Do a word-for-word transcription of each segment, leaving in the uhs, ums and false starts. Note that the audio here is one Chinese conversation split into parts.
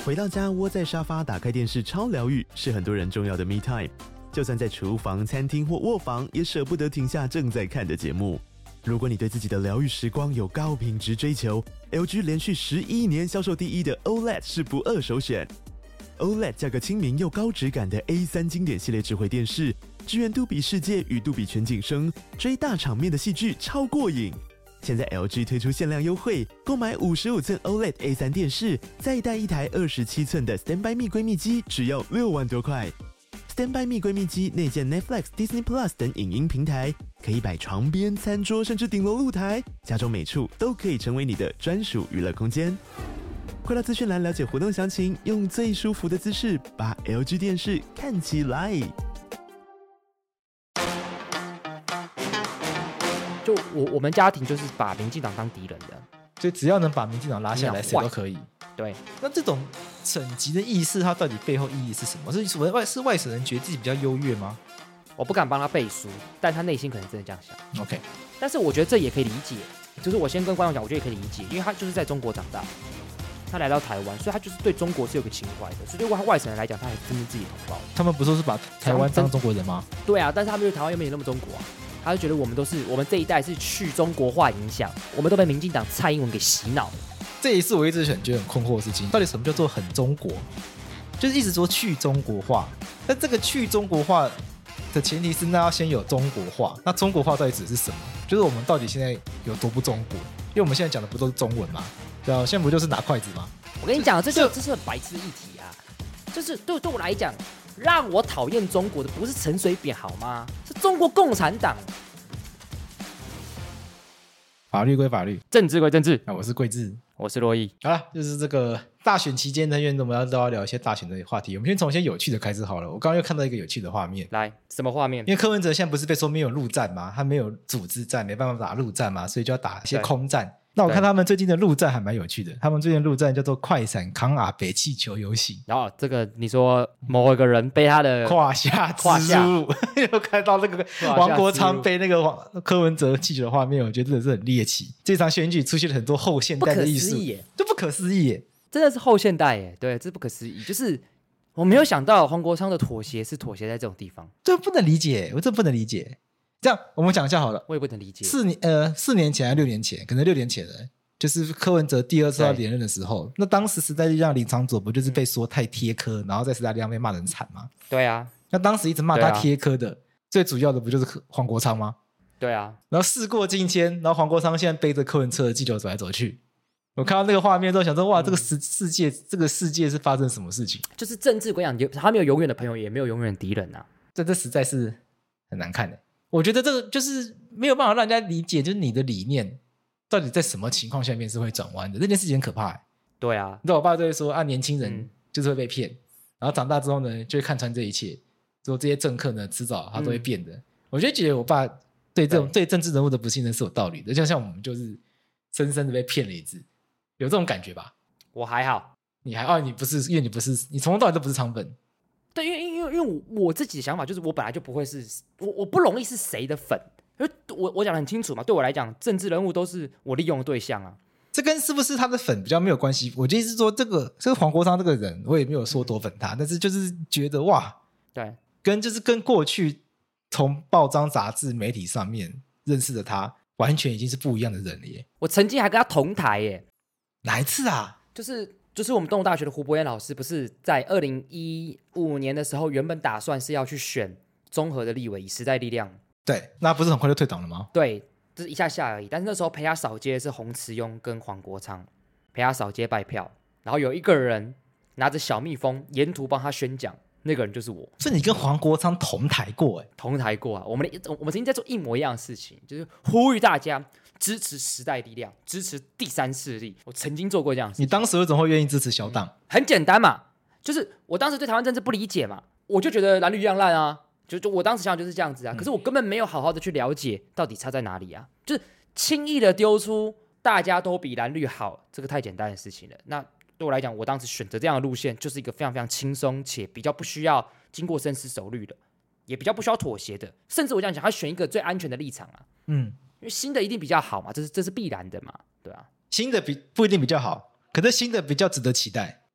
回到家窝在沙发打开电视超疗愈，是很多人重要的 me time。就算在厨房、餐厅或卧房，也舍不得停下正在看的节目。如果你对自己的疗愈时光有高品质追求， L G 连续十一年销售第一的 O L E D 是不二首选。O L E D 价格亲民又高质感的 A 三 经典系列智慧电视，支援杜比世界与杜比全景声，追大场面的戏剧超过瘾。现在 L G 推出限量优惠，购买五十五寸 O L E D A 三 电视，再带一台二十七寸的 Standby Me 闺蜜机，只要六万多块。Standby Me 闺蜜机内建 Netflix、Disney Plus 等影音平台，可以摆床边、餐桌，甚至顶楼露台，家中每处都可以成为你的专属娱乐空间。快到资讯栏了解活动详情，用最舒服的姿势把 L G 电视看起来。 就我我们家庭就是把民进党当敌人的， 所以只要能把民进党拉下来，谁都可以。 对， 那这种省级的意识，它到底背后意义是什么？是外是外省人觉得自己比较优越吗？ 我不敢帮他背书，但他内心可能真的这样想。 OK， 但是我觉得这也可以理解，就是我先跟观众讲，我觉得也可以理解，因为他就是在中国长大，他来到台湾，所以他就是对中国是有个情怀的。所以对外省人来讲，他还真是自己同胞。 他们不是说是把台湾当中国人吗？ 对啊，但是他们对台湾又没有那么中国啊。他就觉得我们都是我们这一代是去中国化影响，我们都被民进党蔡英文给洗脑了。 这也是我一直很觉得很困惑的事情，到底什么叫做很中国？就是一直说去中国化，但这个去中国化的前提是那要先有中国化，那中国化到底指的是什么？就是我们到底现在有多不中国？因为我们现在讲的不都是中文吗？对啊，现在不就是拿筷子吗？ 我跟你讲，这就这是很白痴的议题啊！就是对对我来讲，让我讨厌中国的不是陈水扁好吗？是中国共产党。 法律归法律， 政治归政治。 啊，我是桂智， 我是洛毅。 好了，就是这个大选期间呢，因为我们要都要聊一些大选的话题，我们先从一些有趣的开始好了。我刚刚又看到一个有趣的画面， 来，什么画面？ 因为柯文哲现在不是被说没有陆战吗？他没有组织战，没办法打陆战嘛，所以就要打一些空战。那我看他们最近的陆战还蛮有趣的，他们最近的陆战叫做快闪康阿北气球游行。 然后这个你说某一个人被他的胯下之辱，又看到那个王国昌被那个柯文哲气球的画面，我觉得真的是很猎奇。这场选举出现了很多后现代的艺术，这不可思议耶， 真的是后现代耶，对，这不可思议。就是我没有想到黄国昌的妥协是妥协在这种地方， 这不能理解，我真不能理解。这样我们讲一下好了， 我也不能理解。 四年呃四年前还是六年前，可能六年前了，就是柯文哲第二次要连任的时候，那当时时代力量林昶佐不就是被说太贴柯，然后在时代力量被骂得很惨吗？ 对啊， 那当时一直骂他贴柯的，啊、最主要的不就是黄国昌吗？ 对啊， 然后事过境迁，然后黄国昌现在背着柯文哲的气球走来走去。我看到那个画面之后，想说哇，这个世世界，这个世界是发生什么事情？ 就是政治，我讲，他没有永远的朋友，也没有永远的敌人啊。 这这实在是很难看的。我觉得这个就是没有办法让人家理解，就是你的理念到底在什么情况下面是会转弯的，这件事情很可怕、欸。 对啊， 你知道我爸就会说啊，年轻人就是会被骗，嗯、然后长大之后呢，就会看穿这一切，之后这些政客呢，迟早他都会变的。嗯、我就觉得我爸对这种 对, 对政治人物的不信任是有道理的，就像我们就是深深的被骗了一次，有这种感觉吧？ 我还好， 你还哦，你不是，因为你不是，你从头到尾都不是昌粉。 对，因为因为因为我我自己的想法就是，我本来就不会是，我我不容易是谁的粉，因为我我讲得很清楚嘛，对我来讲，政治人物都是我利用的对象啊。 这跟是不是他的粉比较没有关系。我的意思是说，这个这个黄国昌这个人，我也没有说多粉他，但是就是觉得哇， 对， 跟就是跟过去从报章杂志媒体上面认识的他，完全已经是不一样的人了耶。 我曾经还跟他同台耶， 哪一次啊？ 就是就是我们东吴大学的胡博彦老师，不是在二零一五年的时候，原本打算是要去选综合的立委，以时代力量。 对，那不是很快就退党了吗？ 对，就是一下下而已。但是那时候陪他扫街的是洪慈庸跟黄国昌，陪他扫街拜票。然后有一个人拿着小蜜蜂，沿途帮他宣讲，那个人就是我。 所以你跟黄国昌同台过哎？ 同台过啊！我们我们曾经在做一模一样的事情，就是呼吁大家支持时代力量，支持第三势力。我曾经做过这样的事情。 你当时为什么会愿意支持小党？ 嗯、很简单嘛，就是我当时对台湾政治不理解嘛，我就觉得蓝绿一样烂啊。就就我当时想法就是这样子啊，可是我根本没有好好的去了解到底差在哪里啊，就是轻易的丢出大家都比蓝绿好，这个太简单的事情了。那对我来讲，我当时选择这样的路线，就是一个非常非常轻松且比较不需要经过深思熟虑的，也比较不需要妥协的，甚至我这样讲，他选一个最安全的立场啊，嗯，因为新的一定比较好嘛，这是这是必然的嘛，对啊， 新的比不一定比较好，可是新的比较值得期待。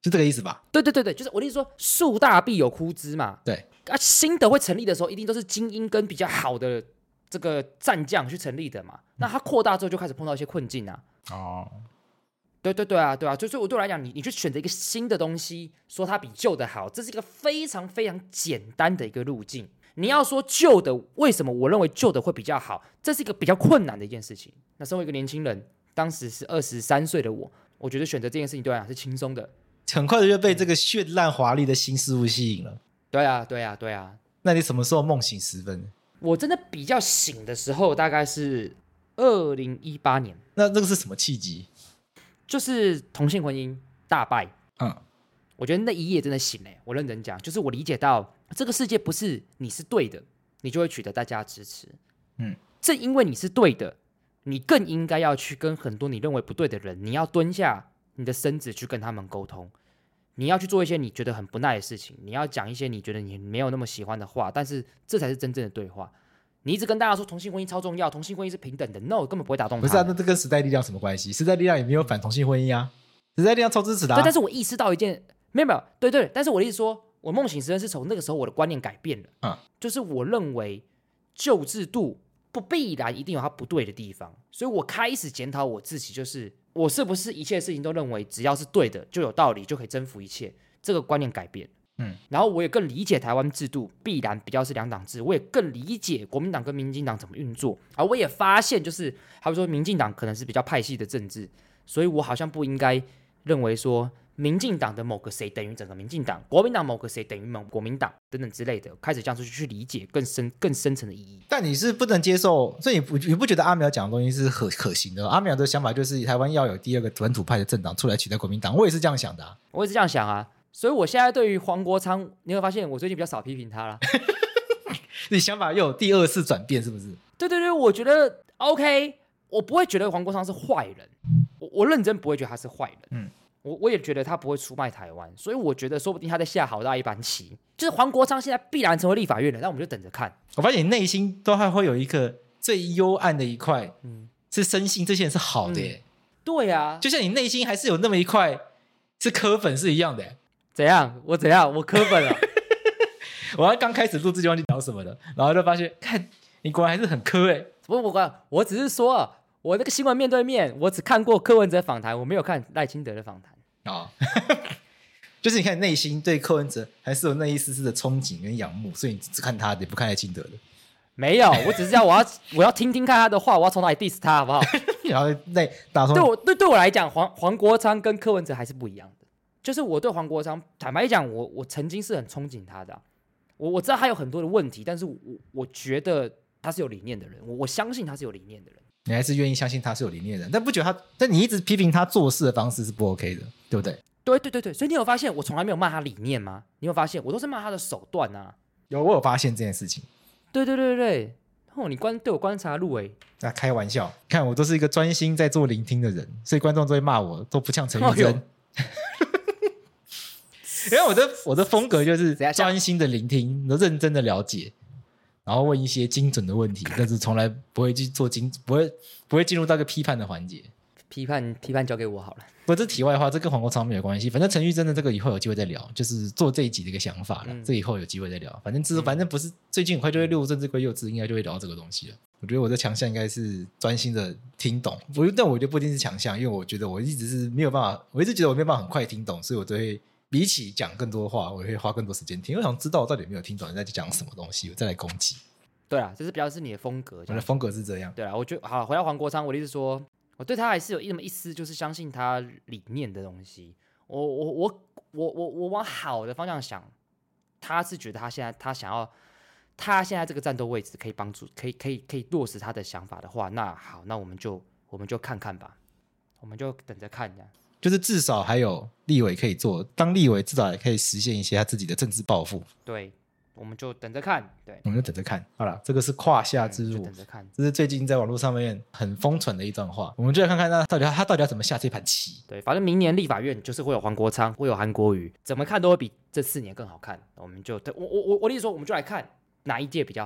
就这个意思吧？ 对对对对，就是我的意思说，树大必有枯枝嘛。 对啊，新的会成立的时候，一定都是精英跟比较好的这个战将去成立的嘛。那它扩大之后，就开始碰到一些困境啊。 哦， 对对对啊，对啊，就所以我对我来讲，你你去选择一个新的东西，说它比旧的好，这是一个非常非常简单的一个路径。你要说旧的为什么我认为旧的会比较好，这是一个比较困难的一件事情。那身为一个年轻人，当时是二十三岁的我，我觉得选择这件事情对我来讲是轻松的， 很快的就被这个绚烂华丽的新事物吸引了。 对啊，对啊，对啊。 那你什么时候梦醒时分？ 我真的比较醒的时候，大概是二零一八年。 那这个是什么契机？ 就是同性婚姻大败。 嗯， 我觉得那一夜真的醒了、欸。我认真讲，就是我理解到这个世界不是你是对的，你就会取得大家的支持。 嗯， 正因为你是对的，你更应该要去跟很多你认为不对的人，你要蹲下你的身子去跟他们沟通。你要去做一些你觉得很不耐的事情，你要讲一些你觉得你没有那么喜欢的话，但是这才是真正的对话。你一直跟大家说同性婚姻超重要，同性婚姻是平等的 ，no， 根本不会打动他。 不是啊，那这跟时代力量什么关系？时代力量也没有反同性婚姻啊，时代力量超支持的、啊。 对，但是我意识到一件，没有没有，对对，但是我的意思说，我梦醒时分是从那个时候我的观念改变了， 嗯， 就是我认为旧制度不必然一定有它不对的地方，所以我开始检讨我自己，就是我是不是一切事情都认为只要是对的就有道理，就可以征服一切，这个观念改变。嗯，然后我也更理解台湾制度必然比较是两党制，我也更理解国民党跟民进党怎么运作，而我也发现就是好比说民进党可能是比较派系的政治，所以我好像不应该认为说民进党的某个谁等于整个民进党，国民党某个谁等于某国民党等等之类的，开始这样子去理解更深更深层的意义。 但你是不能接受，所以你不你不觉得阿苗讲的东西是可可行的？阿苗的想法就是台湾要有第二个本土派的政党出来取代国民党，我也是这样想的、啊。 我也是这样想啊，所以我现在对于黄国昌，你会发现我最近比较少批评他了。 你想法又有第二次转变，是不是？ 对对对，我觉得 OK， 我不会觉得黄国昌是坏人，我我认真不会觉得他是坏人。嗯。我, 我也觉得他不会出卖台湾，所以我觉得说不定他在下好大一盘棋。就是黄国昌现在必然成为立法院了，那我们就等着看。 我发现你内心都还会有一个最幽暗的一块，嗯，是深信这些人是好的耶、嗯。 对啊， 就像你内心还是有那么一块是柯粉是一样的耶。 怎样？我怎样？我柯粉了。 我刚开始录制就忘记聊什么了，然后就发现，看你果然还是很柯哎。 不不不，我只是说。我那个新闻面对面，我只看过柯文哲访谈，我没有看赖清德的访谈啊。哦、就是你看内心对柯文哲还是有那一丝丝的憧憬跟仰慕，所以你只看他的，不看赖清德的。 没有，我只是要我要我要听听看他的话，我要从哪里 diss 他，好不好？ 然后再打通。 对我对对我来讲，黄黄国昌跟柯文哲还是不一样的。就是我对黄国昌，坦白讲，我我曾经是很憧憬他的、啊。我我知道他有很多的问题，但是我我觉得他是有理念的人，我我相信他是有理念的人。 你还是愿意相信他是有理念的人，但不觉得他，但你一直批评他做事的方式是不 OK 的，对不对？ 对对对对，所以你有发现我从来没有骂他理念吗？你有发现我都是骂他的手段啊？ 有，我有发现这件事情。 对对对对对，哦，你观对我观察入围， 那、啊、开玩笑，看我都是一个专心在做聆听的人，所以观众都会骂我，都不像陈玉珍。哦、因为我的我的风格就是专心的聆听，认真的了解。然后问一些精准的问题，但是从来不会去做精，不会不会进入到一个批判的环节。 批判批判交给我好了。 不，这题外话，这跟黄国昌没有关系。反正陈玉珍的这个以后有机会再聊，就是做这一集的一个想法了。嗯、这以后有机会再聊。反正之、嗯、反正不是最近很快就会录政治归幼稚，应该就会聊这个东西了。我觉得我的强项应该是专心的听懂，我但我觉得不一定是强项，因为我觉得我一直是没有办法，我一直觉得我没有办法很快听懂，所以我都会比起讲更多话，我会花更多时间听。我想知道我到底有没有听懂人在讲什么东西，我再来攻击。 对啦，这是比较是你的风格， 我的风格是这样。 对啦，我觉得好，回到黄国昌，我的意思说，我对他还是有那么一丝，就是相信他理念的东西。我我我我我我往好的方向想，他是觉得他现在他想要，他现在这个战斗位置可以帮助，可以可以可以落实他的想法的话，那好，那我们就我们就看看吧，我们就等着看这样。 就是至少还有立委可以做，当立委至少也可以实现一些他自己的政治抱负。 对。我们就等着看，对， 我们就等着看。好了，这个是胯下之辱， 等着看。 这是最近在网络上面很疯传的一段话，我们就来看看他到底他到底要怎么下这盘棋。 对，反正明年立法院就是会有黄国昌，会有韩国瑜，怎么看都会比这四年更好看。我们就我我我我的意思说，我们就来看哪一届比较好，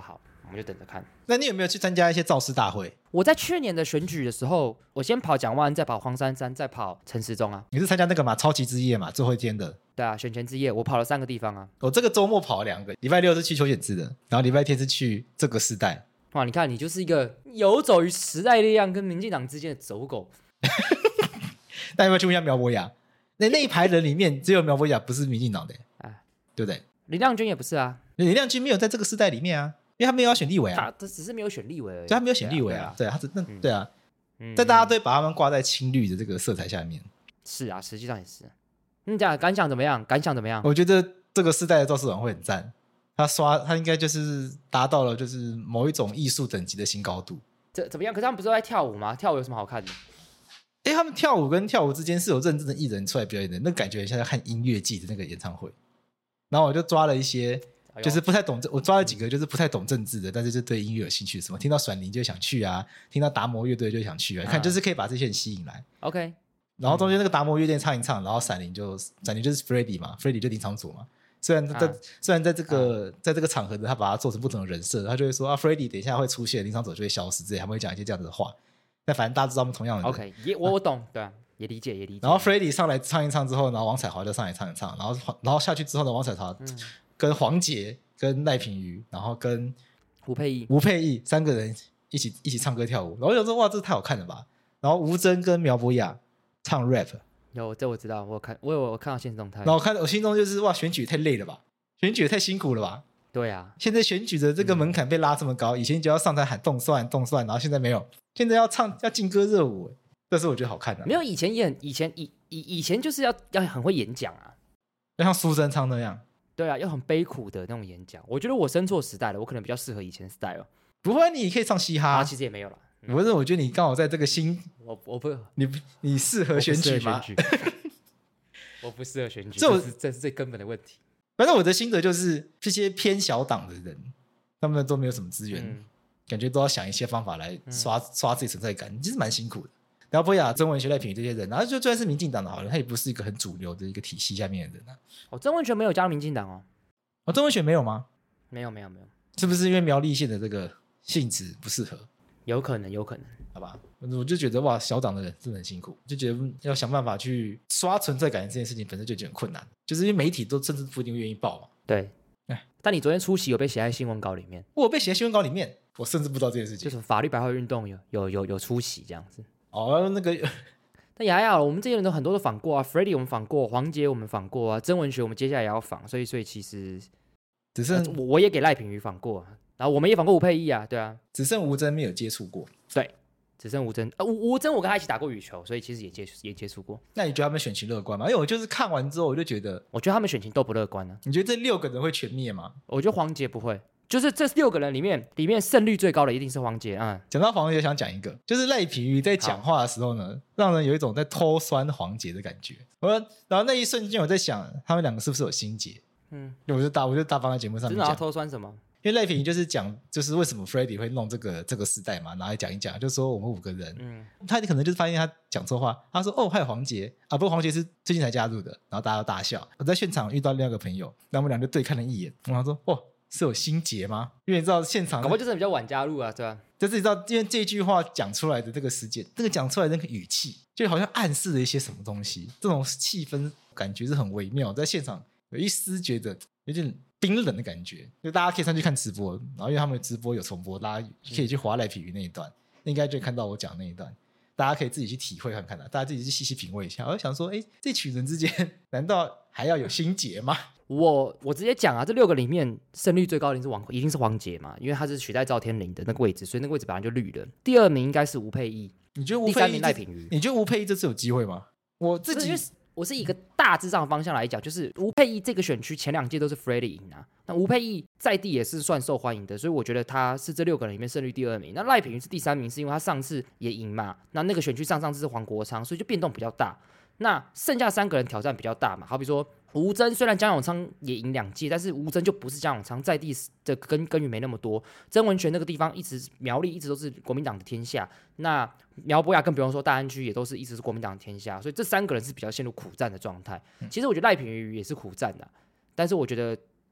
我们就等着看。 那你有没有去参加一些造势大会？ 我在去年的选举的时候，我先跑蒋万安，再跑黄珊珊，再跑陈时中啊。 你是参加那个嘛超级之夜嘛最后一天的？ 对啊，选前之夜我跑了三个地方啊。 我这个周末跑了两个，礼拜六是去邱显智的，然后礼拜天是去这个世代。 哇，你看你就是一个游走于时代力量跟民进党之间的走狗。 那要不要去问一下苗博雅？那那一排人里面只有苗博雅不是民进党的，哎，对不对？ 林亮君也不是啊， 林亮君没有在这个世代里面啊，因为他没有要选立委啊， 他他只是没有选立委而已， 对，他没有选立委啊，对啊，他只那嗯对啊， 嗯但大家都把他们挂在青绿的这个色彩下面。 是啊，实际上也是。你讲感想怎么样？感想怎么样？ 我觉得这个世代的造势晚会很赞，他刷他应该就是达到了就是某一种艺术等级的新高度。 这怎么样？可是他们不是都在跳舞吗？跳舞有什么好看的？ 哎，他们跳舞跟跳舞之间是有认真的艺人出来表演的，那感觉像在看音乐季的那个演唱会。然后我就抓了一些，就是不太懂政，我抓了几个就是不太懂政治的，但是就对音乐有兴趣，什么听到甩铃就想去啊，听到达摩乐队就想去啊，看就是可以把这些人吸引来。 OK， 然后中间那个达摩乐队唱一唱，然后闪灵就闪灵就是 Freddy 嘛 ，Freddy 就林长佐嘛。虽然在、啊、虽然在这个、啊、在这个场合的他把他做成不同的人设，他就会说啊 Freddy 等一下会出现，林长佐就会消失之类，他们会讲一些这样子的话。但反正大家知道他们同样的人。 OK， 也我我懂，对啊，也理解也理解。 然后 Freddy 上来唱一唱之后，然后王彩华就上来唱一唱，然后然后下去之后呢，王彩华跟黄杰、跟赖品妤，然后跟吴佩仪、 吴佩仪三个人一起一起唱歌跳舞，然后我想说哇，这太好看了吧！然后吴峥跟苗博雅唱 rap， 有这我知道，我有看我有我看到现实动态。 然后我看我心中就是哇，选举太累了吧，选举太辛苦了吧。 对啊， 现在选举的这个门槛被拉这么高，嗯、以前就要上台喊动算动算，然后现在没有，现在要唱要劲歌热舞，这是我觉得好看的、啊。 没有以前也很以前以以以前就是要要很会演讲啊， 要像苏贞昌那样。 对啊，要很悲苦的那种演讲。我觉得我生错时代了，我可能比较适合以前的 style。 不会，你可以唱嘻哈。 啊，其实也没有了。 嗯、我是我觉得你刚好在这个新， 我我不你你适合选举吗？ 我不适合选举，这是这是最根本的问题。 反正我的心得就是，这些偏小党的人，他们都没有什么资源，嗯、感觉都要想一些方法来刷、嗯、刷自己存在感，其实蛮辛苦的。然后博雅、曾文学、赖品妤这些人，然后就就算是民进党的好人，他也不是一个很主流的一个体系下面的人啊。 哦，曾文学没有加入民进党哦。 哦，曾文学没有吗？ 没有，没有，没有。 是不是因为苗栗县的这个性质不适合？ 有可能，有可能。 好吧，我就觉得哇，小党的人真的很辛苦，就觉得要想办法去刷存在感这件事情本身就觉得很困难，就是因为媒体都甚至不一定愿意报嘛。 对，但你昨天出席有被写在新闻稿里面？ 我被写在新闻稿里面，我甚至不知道这件事情。 就是法律白话运动有有有有出席这样子。 哦，那个， 但也还好，我们这些人都很多都访过啊 ，Freddy 我们访过，黄杰我们访过啊，曾文学我们接下来也要访，所以所以其实只剩、 呃、我也给赖品妤访过、啊，然后我们也访过吴佩仪啊，对啊， 只剩吴峥没有接触过， 对。只剩吴峥，呃，吴吴峥我跟他一起打过羽球，所以其实也接也接触过。 那你觉得他们选情乐观吗？因为我就是看完之后，我就觉得， 我觉得他们选情都不乐观呢、啊。 你觉得这六个人会全灭吗？ 我觉得黄杰不会，就是这六个人里面，里面胜率最高的一定是黄杰啊。 讲、嗯、到黄杰，想讲一个，就是赖品妤在讲话的时候呢，让人有一种在偷酸黄杰的感觉。我然后那一瞬间我在想，他们两个是不是有心结？嗯，我就大我就大放在节目上面讲， 真的要偷酸什么？ 因为赖品妤就是讲，就是为什么 Freddy 会弄这个这个时代嘛，拿来讲一讲，就说我们五个人，嗯，他可能就是发现他讲错话，他说哦，还有黄杰啊，不过黄杰是最近才加入的，然后大家都大笑。我在现场遇到另外一个朋友，然后我们俩就对看了一眼，然后说哦，是有心结吗？因为你知道现场， 搞不好就是比较晚加入啊，对吧？ 就是你知道，因为这句话讲出来的这个时间，这个讲出来的那个语气，就好像暗示了一些什么东西，这种气氛感觉是很微妙，在现场有一丝觉得有点冰冷的感觉，就大家可以上去看直播，然后因为他们的直播有重播，大家可以去滑赖品妤那一段，应该就看到我讲那一段，大家可以自己去体会看看的，大家自己去细细品味一下。我就想说，哎，这群人之间难道还要有心结吗？ 我我直接讲啊，这六个里面胜率最高的一定是王，一定是黄杰嘛，因为他是取代赵天麟的那个位置，所以那个位置本来就绿的。第二名应该是吴佩仪， 你觉得吴佩仪？ 第三名赖品妤， 你觉得吴佩仪这次有机会吗？我自己。 我是一个大致上的方向来讲，就是吴佩仪这个选区前两届都是 Freddy 赢啊，那吴佩仪在地也是算受欢迎的，所以我觉得他是这六个人里面胜率第二名。那赖品妤是第三名，是因为他上次也赢嘛，那那个选区上上次是黄国昌，所以就变动比较大。那剩下三个人挑战比较大嘛，好比说吴峥，虽然江永昌也赢两届，但是吴峥就不是江永昌，在地的耕耕耘没那么多。曾文学那个地方一直苗栗一直都是国民党的天下，那苗博雅更不用说，大安区也都是一直是国民党的天下，所以这三个人是比较陷入苦战的状态。其实我觉得赖品妤也是苦战的，但是我觉得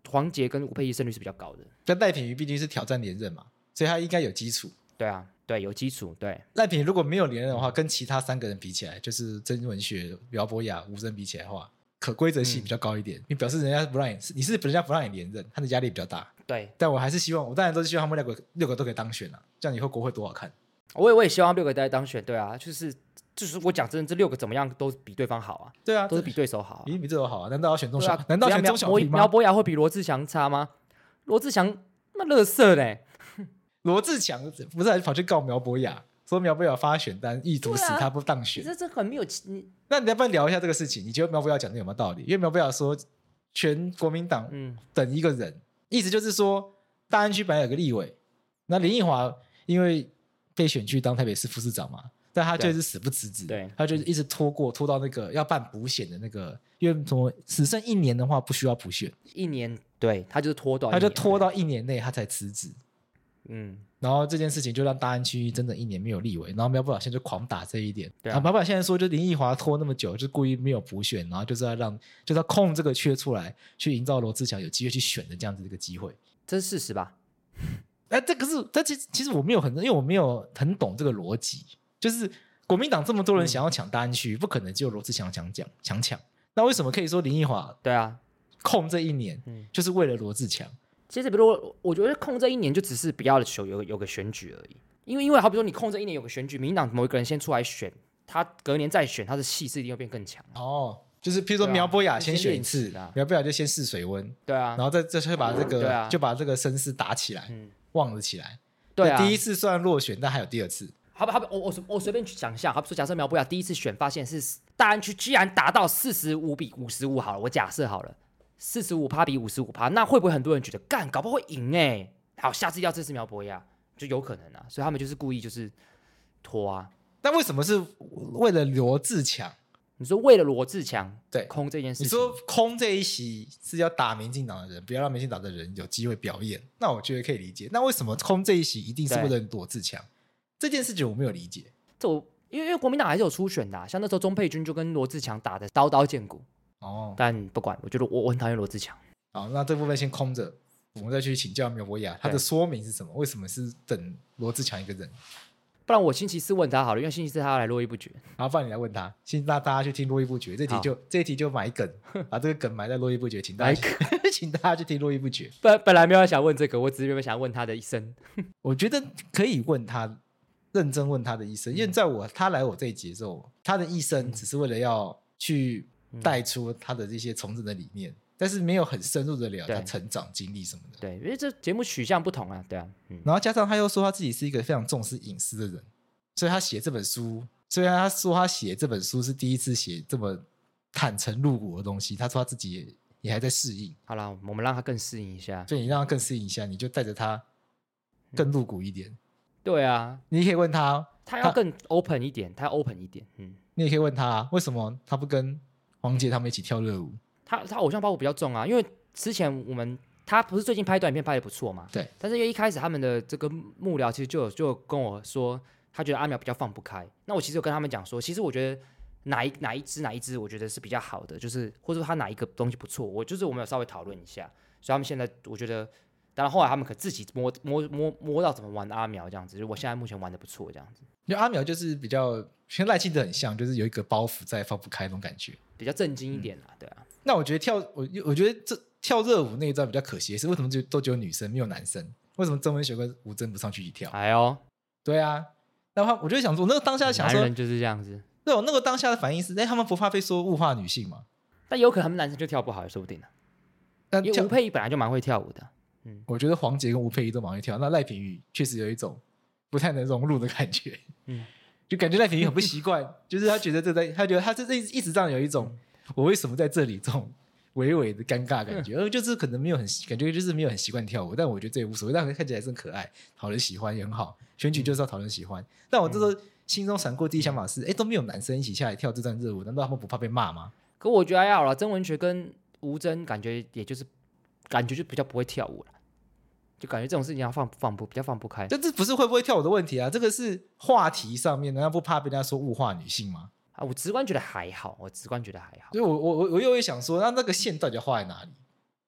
黄杰跟吴佩仪胜率是比较高的。 但赖品妤毕竟是挑战连任嘛，所以他应该有基础。 对啊，对，有基础。对， 赖品妤如果没有连任的话，跟其他三个人比起来，就是曾文学、苗博雅、吴峥比起来的话，可规则性比较高一点。你、嗯、表示人家不让你，你是人家不让你连任，他的压力比较大。 对， 但我还是希望，我当然都是希望他们六个六个都可以当选啊，这样以后国会多好看。 我也我也希望六个都当选。对啊，就是就是我讲真的，这六个怎么样都比对方好啊。 对啊， 都是比对手好、啊， 一定比对手好啊。难道要选中小？ 啊、 难道要选中小平吗？ 苗博雅会比罗志祥差吗？罗志祥那垃圾嘞。 罗志祥不是还跑去告苗博雅，说苗博雅发选单意图使他不当选。 啊、这这很没有你。 那你要不要聊一下这个事情？你觉得苗博雅讲的有没有道理？因为苗博雅说全国民党等一个人，嗯、意思就是说大安区本来有个立委，那林奕华因为被选去当台北市副市长嘛，但他就是死不辞职， 对， 他就一直拖过拖到那个要办补选的那个，因为什么只剩一年的话不需要补选， 一年，对，他就是拖到他就拖到一年内他才辞职。 嗯， 然后这件事情就让大安区真的一年没有立委，然后苗博雅现在就狂打这一点。 对啊， 苗博雅现在说，就林奕华拖那么久，就故意没有补选，然后就是要让，就是要空这个缺出来，去营造罗志祥有机会去选的这样子的一个机会。 这是事实吧？ 哎，这个是，但其实其实我没有很，因为我没有很懂这个逻辑，就是国民党这么多人想要抢大安区，嗯、不可能只有罗志祥想讲想抢，那为什么可以说林奕华对啊空这一年， 嗯、 就是为了罗志强？ 其实比如说我觉得空这一年就只是不要有有有个选举而已，因为因为好比说你空这一年有个选举，民进党某一个人先出来选，他隔年再选，他的气势一定会变更强。 哦，就是譬如说苗博雅先选一次， 啊、 苗博雅就先试水温， 对啊， 然后再再会把这个、 啊、 就把这个声势打起来， 嗯、 旺了起来。 对啊， 第一次虽然落选，但还有第二次。 好不好？我我我随便去想象，好比说假设苗博雅第一次选发现是大安区居然达到四十五比五十五，好了，我假设好了。四十五趴比五十五趴，那会不会很多人觉得干搞不好会赢哎、欸？好，下次要支持苗博雅就有可能啊，所以他们就是故意就是拖啊。 但为什么是为了罗志强？ 你说为了罗志强对空这件事情， 你说空这一席是要打民进党的人，不要让民进党的人有机会表演，那我觉得可以理解。那为什么空这一席一定是为了罗志强？这件事情我没有理解。 这我因为因为国民党还是有初选的、啊，像那时候钟佩君就跟罗志强打的刀刀见骨。哦，但不管，我觉得我我很讨厌罗志强。 好，那这部分先空着，我们再去请教苗博雅，他的说明是什么？为什么是等罗志强一个人？ 不然我星期四问他好了，因为星期四他要来络绎不绝。 然后不然你来问他，先让大家去听络绎不绝，这题就这一题就埋梗，把这个梗埋在络绎不绝，请大家请大家去听络绎不绝。 本本来没有想问这个，我只是原本想问他的一生。 我觉得可以问他，认真问他的一生，因为在我他来我这一节之后，他的一生只是为了要去带出他的这些从政的理念，但是没有很深入的聊他成长经历什么的。 对，因为这节目取向不同啊，对啊。嗯、 然后加上他又说他自己是一个非常重视隐私的人，所以他写这本书，虽然他说他写这本书是第一次写这么坦诚入骨的东西，他说他自己 也, 也还在适应。 好啦，我们让他更适应一下。 所以你让他更适应一下，你就带着他更入骨一点。嗯、 对啊， 你可以问他， 他要更 open 一点，他要 open 一点。嗯， 你也可以问他，为什么他不跟黄杰他们一起跳热舞？ 他他偶像包袱比较重啊，因为之前我们他不是最近拍短影片拍的不错嘛， 对。 但是因为一开始他们的这个幕僚其实就有就有跟我说，他觉得阿苗比较放不开。那我其实有跟他们讲说，其实我觉得哪一哪一支哪一支我觉得是比较好的，就是或者说他哪一个东西不错，我就是我们有稍微讨论一下。所以他们现在我觉得，当然后来他们可自己摸摸摸摸到怎么玩阿苗这样子，就我现在目前玩的不错这样子。 因为阿苗就是比较跟赖清德很像，就是有一个包袱在放不开那种感觉， 比较震惊一点啦，嗯、对啊。 那我觉得跳我我觉得这跳热舞那一段比较可惜的是，为什么就都只有女生没有男生？为什么曾文学跟吴峥不上去一起跳？ 哎呦， 对啊，然后我就想说，那个当下想说， 男人就是这样子。 对，我那个当下的反应是，哎，他们不怕被说物化女性吗？ 但有可能他们男生就跳不好，也说不定啊。因为吴佩仪本来就蛮会跳舞的，嗯， 我觉得黄杰跟吴佩仪都蛮会跳，那赖品妤确实有一种不太能融入的感觉，嗯，就感觉赖品妤很不习惯，就是他觉得这在，他觉得他这一直这样有一种、嗯、我为什么在这里这种微微的尴尬感觉，而、嗯、就是可能没有很感觉就是没有很习惯跳舞，但我觉得这也无所谓，但看起来是很可爱，讨人喜欢也很好，选举就是要讨人喜欢。但我这时候心中闪过第一想法是，哎、嗯，都没有男生一起下来跳这段热舞，难道他们不怕被骂吗？ 可我觉得还好啦，曾文学跟吴峥感觉也就是感觉就比较不会跳舞了，就感觉这种事情要放放不比较放不开。 但这不是会不会跳舞的问题啊，这个是话题上面，难道不怕被人家说物化女性吗？ 啊，我直观觉得还好，我直观觉得还好。 所以我我我又会想说，那那个线到底要画在哪里？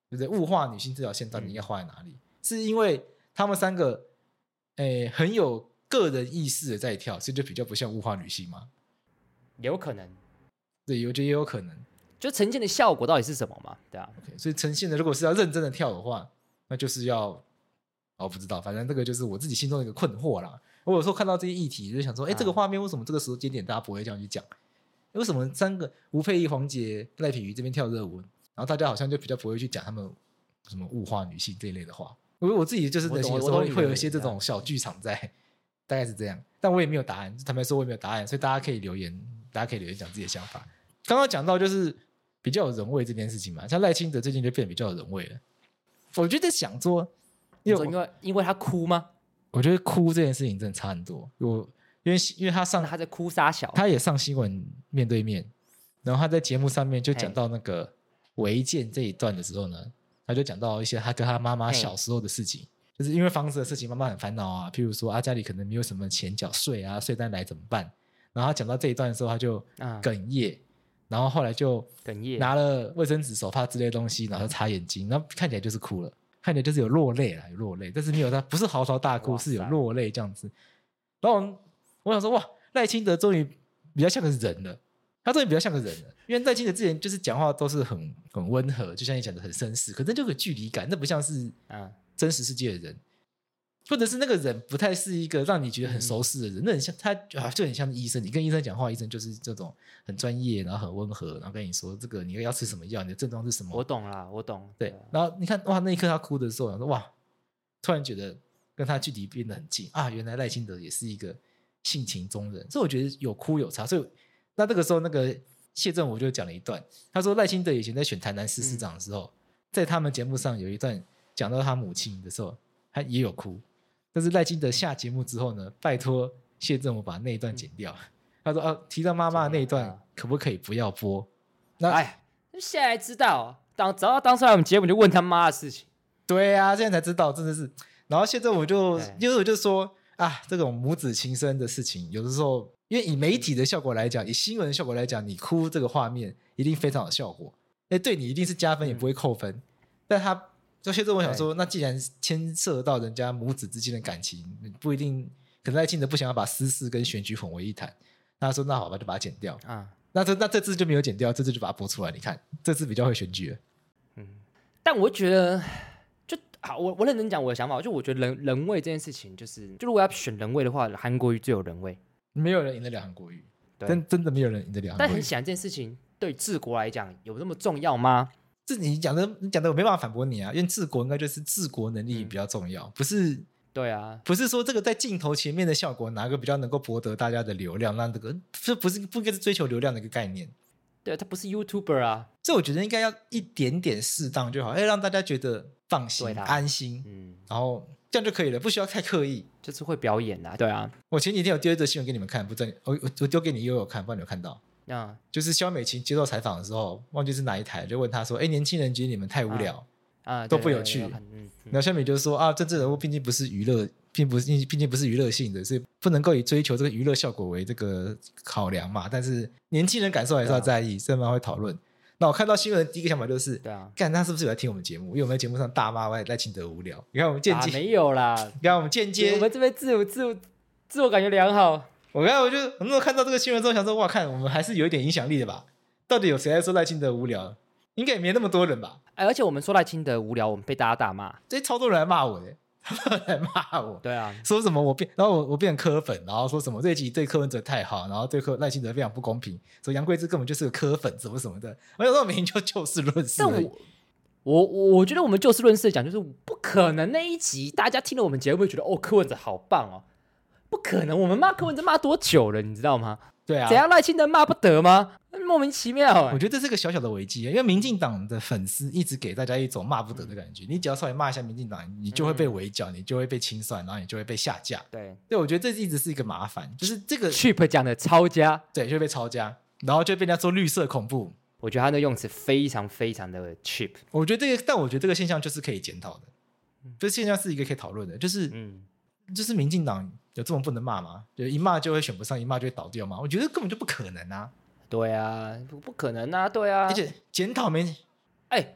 对不对？物化女性这条线到底应该画在哪里？嗯、是因为他们三个诶很有个人意识的在跳，所以就比较不像物化女性吗？ 有可能， 对，我觉得也有可能。就呈现的效果到底是什么嘛？对啊 ，OK， 所以呈现的如果是要认真的跳的话，那就是要，我、哦、不知道，反正这个就是我自己心中的一个困惑啦。我有时候看到这些议题，就想说，哎、啊，这个画面为什么这个时间点大家不会这样去讲？为什么三个吴佩仪、黄杰、赖品妤这边跳热舞，然后大家好像就比较不会去讲他们什么物化女性这一类的话？我我自己就是内心有时候会有一些这种小剧场在，大概是这样。但我也没有答案，坦白说我也没有答案，所以大家可以留言，大家可以留言讲自己的想法。刚刚讲到就是比较有人味这件事情嘛，像赖清德最近就变得比较有人味了。我觉得想说， 因为因为因为他哭吗？ 我觉得哭这件事情真的差很多。我因为因为他上他在哭撒小， 他也上新闻面对面，然后他在节目上面就讲到那个违建这一段的时候呢，他就讲到一些他跟他妈妈小时候的事情，就是因为房子的事情，妈妈很烦恼啊，譬如说啊家里可能没有什么钱缴税啊，税单来怎么办？然后他讲到这一段的时候，他就哽咽，嗯、然后后来就哽咽，拿了卫生纸、手帕之类的东西，然后擦眼睛，然后看起来就是哭了，看起来就是有落泪了，有落泪，但是没有他不是嚎啕大哭，是有落泪这样子。然后我想说，哇，赖清德终于比较像个人了，他终于比较像个人了，因为赖清德之前就是讲话都是很很温和，就像你讲的很绅士，可是就有距离感，那不像是真实世界的人。嗯，或者是那个人不太是一个让你觉得很熟识的人，嗯、那很像他就很像医生，你跟医生讲话，医生就是这种很专业，然后很温和，然后跟你说这个你要吃什么药，你的症状是什么。 我懂啦，我懂。 对，然后你看哇，那一刻他哭的时候，我说哇，突然觉得跟他距离变得很近啊，原来赖清德也是一个性情中人，所以我觉得有哭有差。所以那这个时候那个谢振武就讲了一段，他说赖清德以前在选台南市市长的时候，嗯、在他们节目上有一段讲到他母亲的时候，他也有哭。但是赖清德下节目之后呢，拜托谢振武把那一段剪掉。嗯、他说：“啊，提到妈妈的那一段，可不可以不要播？”那哎，现在知道，当只要当初来我们节目就问他妈的事情。 对啊，现在才知道，真的是。然后谢振武就，因为我就说啊，这种母子情深的事情，有的时候，因为以媒体的效果来讲，以新闻的效果来讲，你哭这个画面一定非常有效果，哎，对你一定是加分，也不会扣分。嗯、但他。就谢振武想说，那既然牵涉到人家母子之间的感情，不一定，可能赖清德不想要把私事跟选举混为一谈。那他说那好吧，就把它剪掉啊。那这那这次就没有剪掉，这次就把它播出来。你看，这次比较会选举了。 嗯，但我觉得，就好，我我认真讲我的想法，就我觉得人人味这件事情，就是就如果要选人味的话，韩国瑜最有人味， 没有人赢得了韩国瑜，真真的没有人赢得了韩国瑜。 但很显然，这件事情对治国来讲有那么重要吗？ 这你讲的，你讲的我没办法反驳你啊，因为治国应该就是治国能力比较重要，嗯、不是对啊， 不是说这个在镜头前面的效果哪个比较能够博得大家的流量，那这个这不是不应该是追求流量的一个概念。 对，他不是 YouTuber 啊， 所以我觉得应该要一点点适当就好，哎，让大家觉得放心安心，嗯，然后这样就可以了，不需要太刻意， 就是会表演啊，对啊。 我前几天有丢一则新闻给你们看，不知道我我丢给你悠悠看，不知道你有看到。 嗯、 就是萧美琴接受采访的时候，忘记是哪一台，就问他说：“哎，年轻人觉得你们太无聊， 啊啊、 都不有趣。嗯”嗯、然后萧美就说：“啊，政治人物毕竟不是娱乐，并不是毕竟不是娱乐性的，所以不能够以追求这个娱乐效果为这个考量嘛。但是年轻人感受还是要在意，所以蛮会讨论。那我看到新闻的第一个想法就是， 对啊， 干他是不是有在听我们节目？因为我们在节目上大骂赖清德无聊。你看我们间接、 啊、没有啦， 你看我们间接， 我们这边自我自我自我感觉良好。” 我刚才我就那时候看到这个新闻之后，想说哇，看我们还是有一点影响力的吧？到底有谁在说赖清德无聊？应该也没那么多人吧？ 哎，而且我们说赖清德无聊，我们被大家大骂， 这超多人来骂我的，超多人来骂我。 对啊， 说什么我变，然后我我变成柯粉，然后说什么这一集对柯文哲太好，然后对柯赖清德非常不公平，说杨贵枝根本就是个柯粉，什么什么的。我有时候明明就就事论事。 但我我我觉得我们就事论事讲，就是不可能那一集大家听了我们节目会觉得哦，柯文哲好棒哦。不可能，我们骂柯文哲骂多久了，你知道吗？ 对啊， 怎样赖清德骂不得吗？莫名其妙、欸。 我觉得这是个小小的危机，因为民进党的粉丝一直给大家一种骂不得的感觉。你只要稍微骂一下民进党，你就会被围剿，嗯、你就会被清算，然后你就会被下架。 对， 对，我觉得这一直是一个麻烦，就是这个 cheap 讲的抄家， 对，就会被抄家，然后就被人家说绿色恐怖。 我觉得他的用词非常非常的 cheap。 我觉得这个，但我觉得这个现象就是可以检讨的，这现象是一个可以讨论的，就是嗯。就是民进党有这么不能骂吗？就一骂就会选不上，一骂就会倒掉吗？我觉得根本就不可能啊！ 对啊，不不可能啊！对啊， 而且检讨没…… 哎，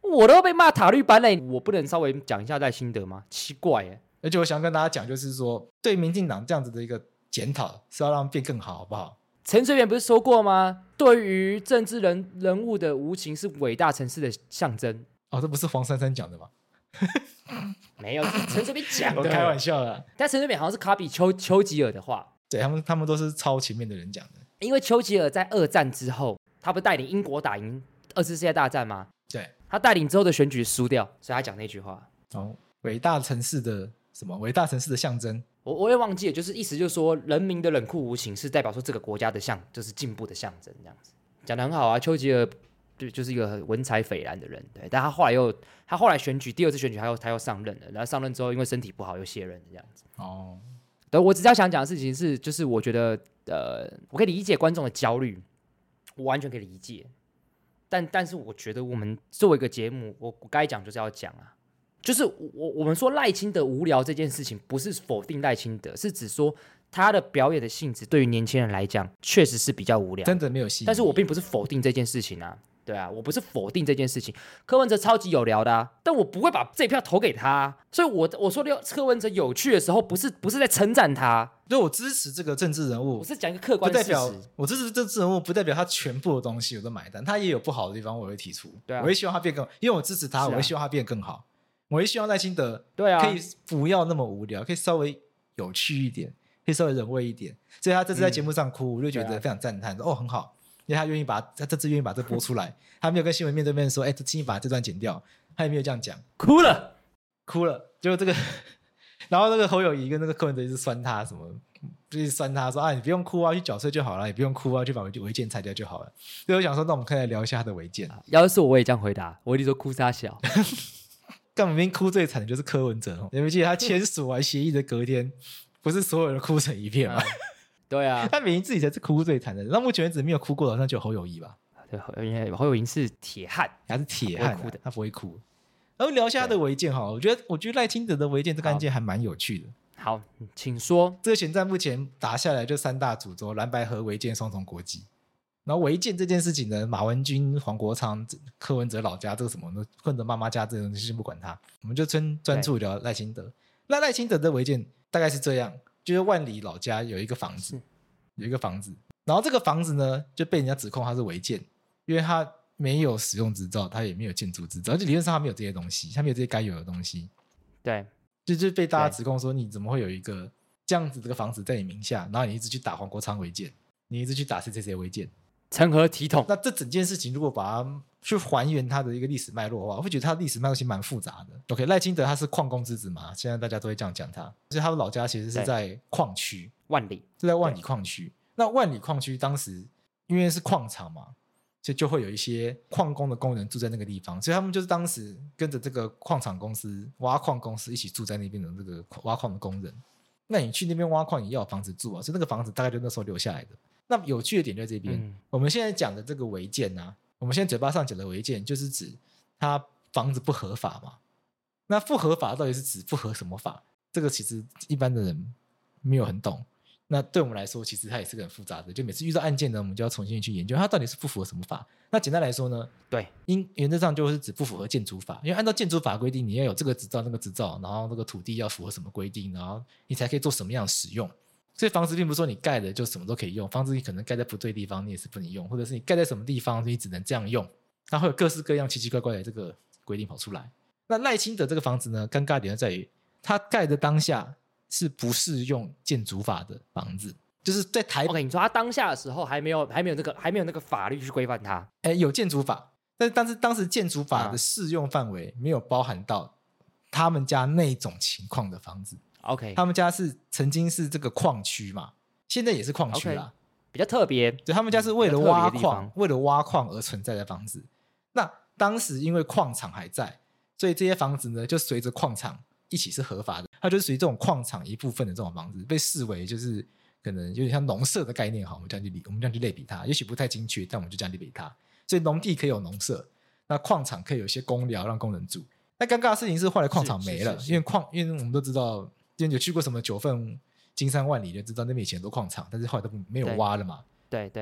我都被骂塔绿班嘞，我不能稍微讲一下赖清德吗？奇怪耶。 而且我想跟大家讲，就是说对民进党这样子的一个检讨是要让变更好，好不好？ 陈水扁不是说过吗？对于政治人人物的无情是伟大城市的象征。 哦，这不是黄珊珊讲的吗？ 没有，是陈水扁讲的。 我开玩笑啦。 但陈水扁好像是 copy 丘丘吉尔的话， 对他们，他们都是超前面的人讲的。 因为丘吉尔在二战之后，他不是带领英国打赢二次世界大战吗？ 对， 他带领之后的选举输掉，所以他讲那句话。 哦，伟大城市的什么？伟大城市的象征。 我我也忘记了，就是意思就是说，人民的冷酷无情是代表说这个国家的象，就是进步的象征，这样子讲得很好啊。丘吉尔就就是一个很文采斐然的人，对，但他后来又他后来选举第二次选举他又他又上任了，然后上任之后因为身体不好又卸任这样子。 哦， 对，我只要想讲的事情是，就是我觉得呃，我可以理解观众的焦虑，我完全可以理解，但但是我觉得我们作为一个节目，我我该讲就是要讲啊。就是我我们说赖清德无聊这件事情，不是否定赖清德，是指说他的表演的性质对于年轻人来讲确实是比较无聊， 真的没有戏。 但是我并不是否定这件事情啊，对啊，我不是否定这件事情。柯文哲超级有聊的啊，但我不会把这票投给他、啊，所以我我说的柯文哲有趣的时候，不是不是在称赞他， 就我支持这个政治人物， 我是讲一个客观事实。 不代表我支持政治人物，不代表他全部的东西我都买单，他也有不好的地方，我会提出。 对啊， 我会希望他变更好，因为我支持他， 啊、 我会希望他变更好。我会希望赖清德对啊， 可以不要那么无聊，可以稍微有趣一点，可以稍微人味一点。所以他这次在节目上哭，嗯、我就觉得非常赞叹，啊、哦很好，因为他愿意把他这次愿意把这播出来，他没有跟新闻面对面说，哎，请你把这段剪掉，他也没有这样讲， 哭了， 哭了。结果这个，然后那个侯友宜跟那个柯文哲一直酸他什么，就是酸他说啊，你不用哭啊，去缴税就好了，也不用哭啊，去把违建拆掉就好了。所以我想说，那我们可以来聊一下他的违建。 要是我我也这样回答，我一定说哭啥小。 干明明哭最惨的就是柯文哲，你们记得他签署完协议的隔天，不是所有人哭成一片吗？ 对啊， 他明明自己才是哭最惨的人，到目前为止没有哭过的，好像就有侯友宜吧？ 对，因为侯友宜是铁汉， 他是铁汉、啊， 他不会哭的， 他不会哭。然后聊一下他的违建哈，我觉得我觉得赖清德的违建这个案件还蛮有趣的。 好，请说。 这个选战目前打下来就三大主轴：蓝白合、违建、双重国籍。然后违建这件事情呢，马文君、黄国昌、柯文哲老家这个什么呢，混着妈妈家这种东西先不管他，我们就专专注聊赖清德。那赖清德的违建大概是这样，就是万里老家有一个房子，有一个房子，然后这个房子呢就被人家指控他是违建，因为他没有使用执照，他也没有建筑执照，而且理论上他没有这些东西，他没有这些该有的东西。 对， 就就被大家指控说你怎么会有一个这样子这个房子在你名下，然后你一直去打黄国昌违建，你一直去打谁谁谁违建。 成何体统？ 那这整件事情如果把它去还原它的一个历史脉络的话，我会觉得它的历史脉络其实蛮复杂的。OK， 赖清德他是矿工之子嘛，现在大家都会这样讲他，所以他的老家其实是在矿区， 万里是在万里矿区。那万里矿区当时因为是矿场嘛，所以就会有一些矿工的工人住在那个地方，所以他们就是当时跟着这个矿场公司、挖矿公司一起住在那边的这个挖矿的工人。那你去那边挖矿，你要有房子住啊，所以那个房子大概就那时候留下来的。那有趣的点就在这边、嗯、我们现在讲的这个违建啊，我们现在嘴巴上讲的违建就是指它房子不合法嘛。那不合法到底是指不合什么法？这个其实一般的人没有很懂。那对我们来说其实它也是个很复杂的，就每次遇到案件呢，我们就要重新去研究它到底是不符合什么法。那简单来说呢， 对， 因原则上就是指不符合建筑法，因为按照建筑法规定你要有这个执照那个执照，然后那个土地要符合什么规定，然后你才可以做什么样的使用。所以房子并不是说你盖的就什么都可以用，房子你可能盖在不对地方你也是不能用，或者是你盖在什么地方你只能这样用，它会有各式各样奇奇怪怪的这个规定跑出来。那赖清德这个房子呢，尴尬的点在于它盖的当下是不适用建筑法的房子，就是在台北。 OK， 你说他当下的时候还没有还没有那个还没有那个法律去规范它， 哎，有建筑法，但是但是当时建筑法的适用范围没有包含到他们家那种情况的房子。 OK， 他们家是曾经是这个矿区嘛，现在也是矿区啦， okay， 比较特别。 对，他们家是为了挖矿，为了挖矿而存在的房子。那当时因为矿场还在，所以这些房子呢就随着矿场一起是合法的，它就是属于这种矿场一部分的这种房子，被视为就是可能有点像农舍的概念。好，我们这样去我们这样去类比它，也许不太精确，但我们就这样类比它。所以农地可以有农舍，那矿场可以有一些公寮让工人住。那尴尬的事情是后来矿场没了，因为矿，因为我们都知道。有去过什么九份、金山万里就知道那边以前很多矿场，但是后来都没有挖了嘛。 对 对, 对。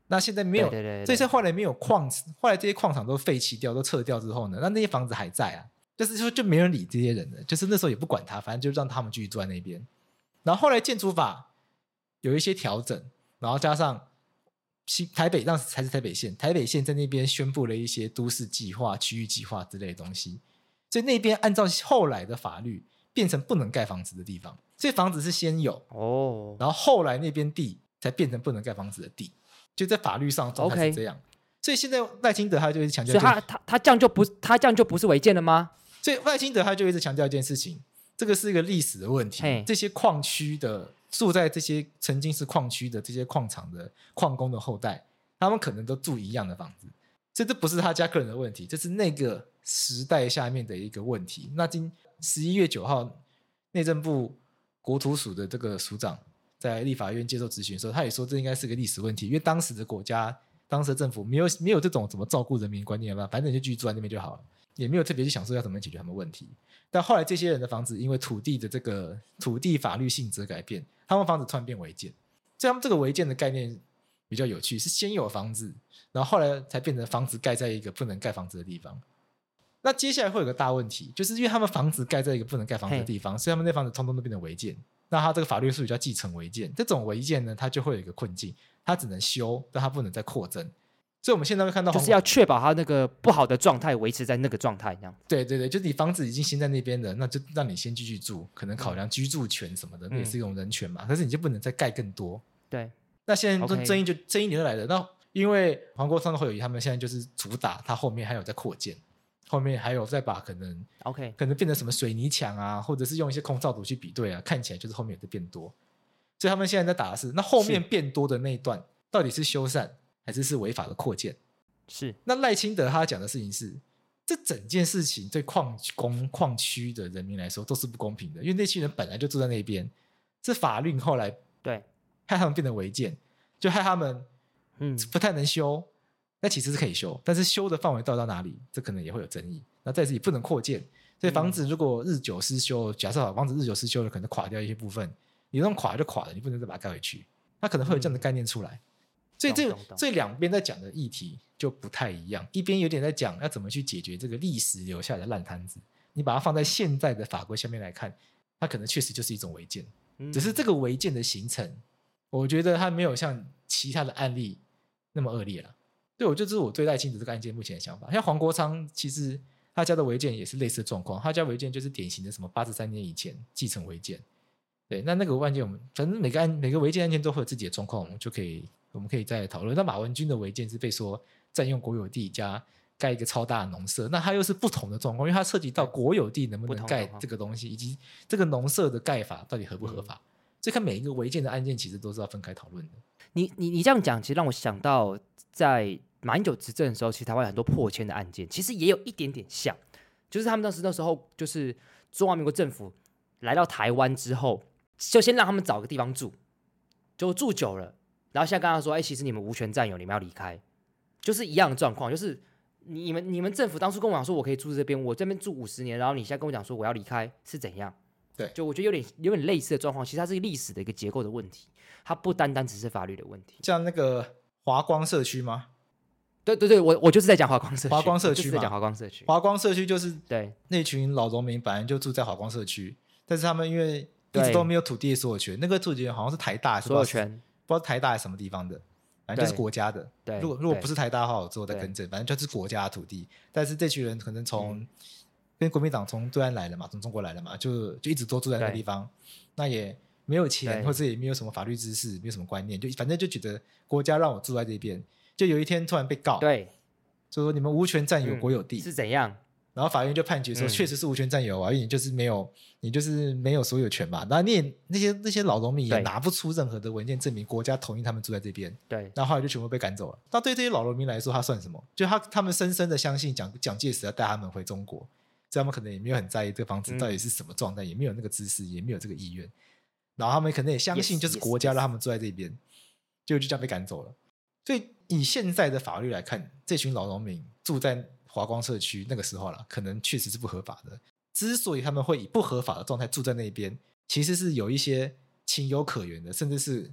那现在没有， 对对对对这些后来没有矿，后来这些矿场都废弃掉，都撤掉之后呢，那那些房子还在啊，就是说就没人理这些人了，就是那时候也不管他，反正就让他们继续住在那边。然后后来建筑法有一些调整，然后加上新台北当时才是台北县，台北县在那边宣布了一些都市计划、区域计划之类的东西，所以那边按照后来的法律变成不能盖房子的地方，所以房子是先有哦， 然后后来那边地才变成不能盖房子的地，就在法律上状态是这样。所以现在赖清德他就一直强调， 所以他他他这样就不他这样就不是违建了吗？ 所以赖清德他就一直强调一件事情，这个是一个历史的问题。这些矿区的住在这些曾经是矿区的这些矿场的矿工的后代，他们可能都住一样的房子，所以这不是他家个人的问题，这是那个时代下面的一个问题。那今十一月九号，内政部国土署的这个署长在立法院接受质询的时候，他也说这应该是个历史问题，因为当时的国家、当时的政府没有没有这种怎么照顾人民观念吧，反正你就继续住在那边就好了，也没有特别去想说要怎么解决他们问题。但后来这些人的房子因为土地的这个土地法律性质改变，他们房子突然变违建，所以他们这个违建的概念比较有趣，是先有房子，然后后来才变成房子盖在一个不能盖房子的地方。那接下来会有个大问题，就是因为他们房子盖在一个不能盖房子的地方，所以他们那房子通通都变成违建。那他这个法律术语叫继承违建，这种违建呢，它就会有一个困境，它只能修，但它不能再扩增。所以我们现在会看到， 就是要确保它那个不好的状态维持在那个状态，这样。 对对对，就是你房子已经先在那边的，那就让你先继续住，可能考量居住权什么的，那、嗯、也是一种人权嘛。但是你就不能再盖更多。 对。 那现在争议就争议点就来了，那因为黄国昌会有他们现在就是主打，他后面还有在扩建。后面还有再把可能 OK 可能变成什么水泥墙啊，或者是用一些空照图去比对啊，看起来就是后面有在变多。所以他们现在在打的是，那后面变多的那一段到底是修缮还是是违法的扩建？ 是。 那赖清德他讲的事情是，这整件事情对矿工矿区的人民来说都是不公平的，因为那群人本来就住在那边，是法律后来对害他们变成违建，就害他们嗯不太能修。嗯那其实是可以修，但是修的范围到到哪里，这可能也会有争议。那在这里不能扩建，所以房子如果日久失修，嗯、假设好房子日久失修了，可能垮掉一些部分，你弄垮就垮了，你不能再把它盖回去。它可能会有这样的概念出来。嗯、所以这这两边在讲的议题就不太一样，一边有点在讲要怎么去解决这个历史留下来的烂摊子，你把它放在现在的法规下面来看，它可能确实就是一种违建，嗯、只是这个违建的形成，我觉得它没有像其他的案例那么恶劣了。对，我就这是我对赖清德这个案件目前的想法。像黄国昌，其实他家的违建也是类似的状况，他家违建就是典型的什么八十三年以前继承违建。对，那那个案件我们反正每个案每个违建案件都会有自己的状况，我们就可以我们可以再讨论。那马文君的违建是被说占用国有地加盖一个超大的农舍，那它又是不同的状况，因为它涉及到国有地能不能盖这个东西，以及这个农舍的盖法到底合不合法。嗯、所以看每一个违建的案件，其实都是要分开讨论的。 你你你这样讲，其实让我想到在马英九执政的时候，其实台湾很多破迁的案件，其实也有一点点像，就是他们当时那时候就是中华民国政府来到台湾之后，就先让他们找个地方住，就住久了，然后现在跟他说，哎、欸，其实你们无权占有，你们要离开，就是一样的状况，就是你们你们政府当初跟我讲说我可以住这边，我这边住五十年，然后你现在跟我讲说我要离开，是怎样？ 对， 就我觉得有点有点类似的状况，其实它是历史的一个结构的问题，它不单单只是法律的问题。 像那个华光社区吗？ 对对对，我我就是在讲华光社区， 华光社区嘛， 在讲华光社区。 华光社区就是对那群老农民本来就住在华光社区，但是他们因为一直都没有土地的所有权，那个土地权好像是台大所有权， 不知道台大还是什么地方的，反正就是国家的。 对， 如果如果不是台大的话，我之后再更正，反正就是国家的土地。但是这群人可能从、嗯、跟国民党从对岸来了嘛，从中国来了嘛，就就一直都住在那个地方，那也没有钱，或者也没有什么法律知识，没有什么观念，就反正就觉得国家让我住在这边，就有一天突然被告， 对， 就说你们无权占有国有地、 嗯、是怎样？ 然后法院就判决说，确实是无权占有啊，因为你就是没有，你就是没有所有权嘛。然后你也那些那些老农民也拿不出任何的文件证明国家同意他们住在这边。 对， 然后后来就全部被赶走了。那对这些老农民来说，他算什么？就他他们深深的相信蒋蒋介石要带他们回中国，所以他们可能也没有很在意这个房子到底是什么状态、嗯，也没有那个知识，也没有这个意愿。然后他们可能也相信，就是国家让他们住在这边， yes, yes, yes. 结果就这样被赶走了。所以以现在的法律来看，这群老农民住在华光社区那个时候啦，可能确实是不合法的。之所以他们会以不合法的状态住在那边，其实是有一些情有可原的，甚至是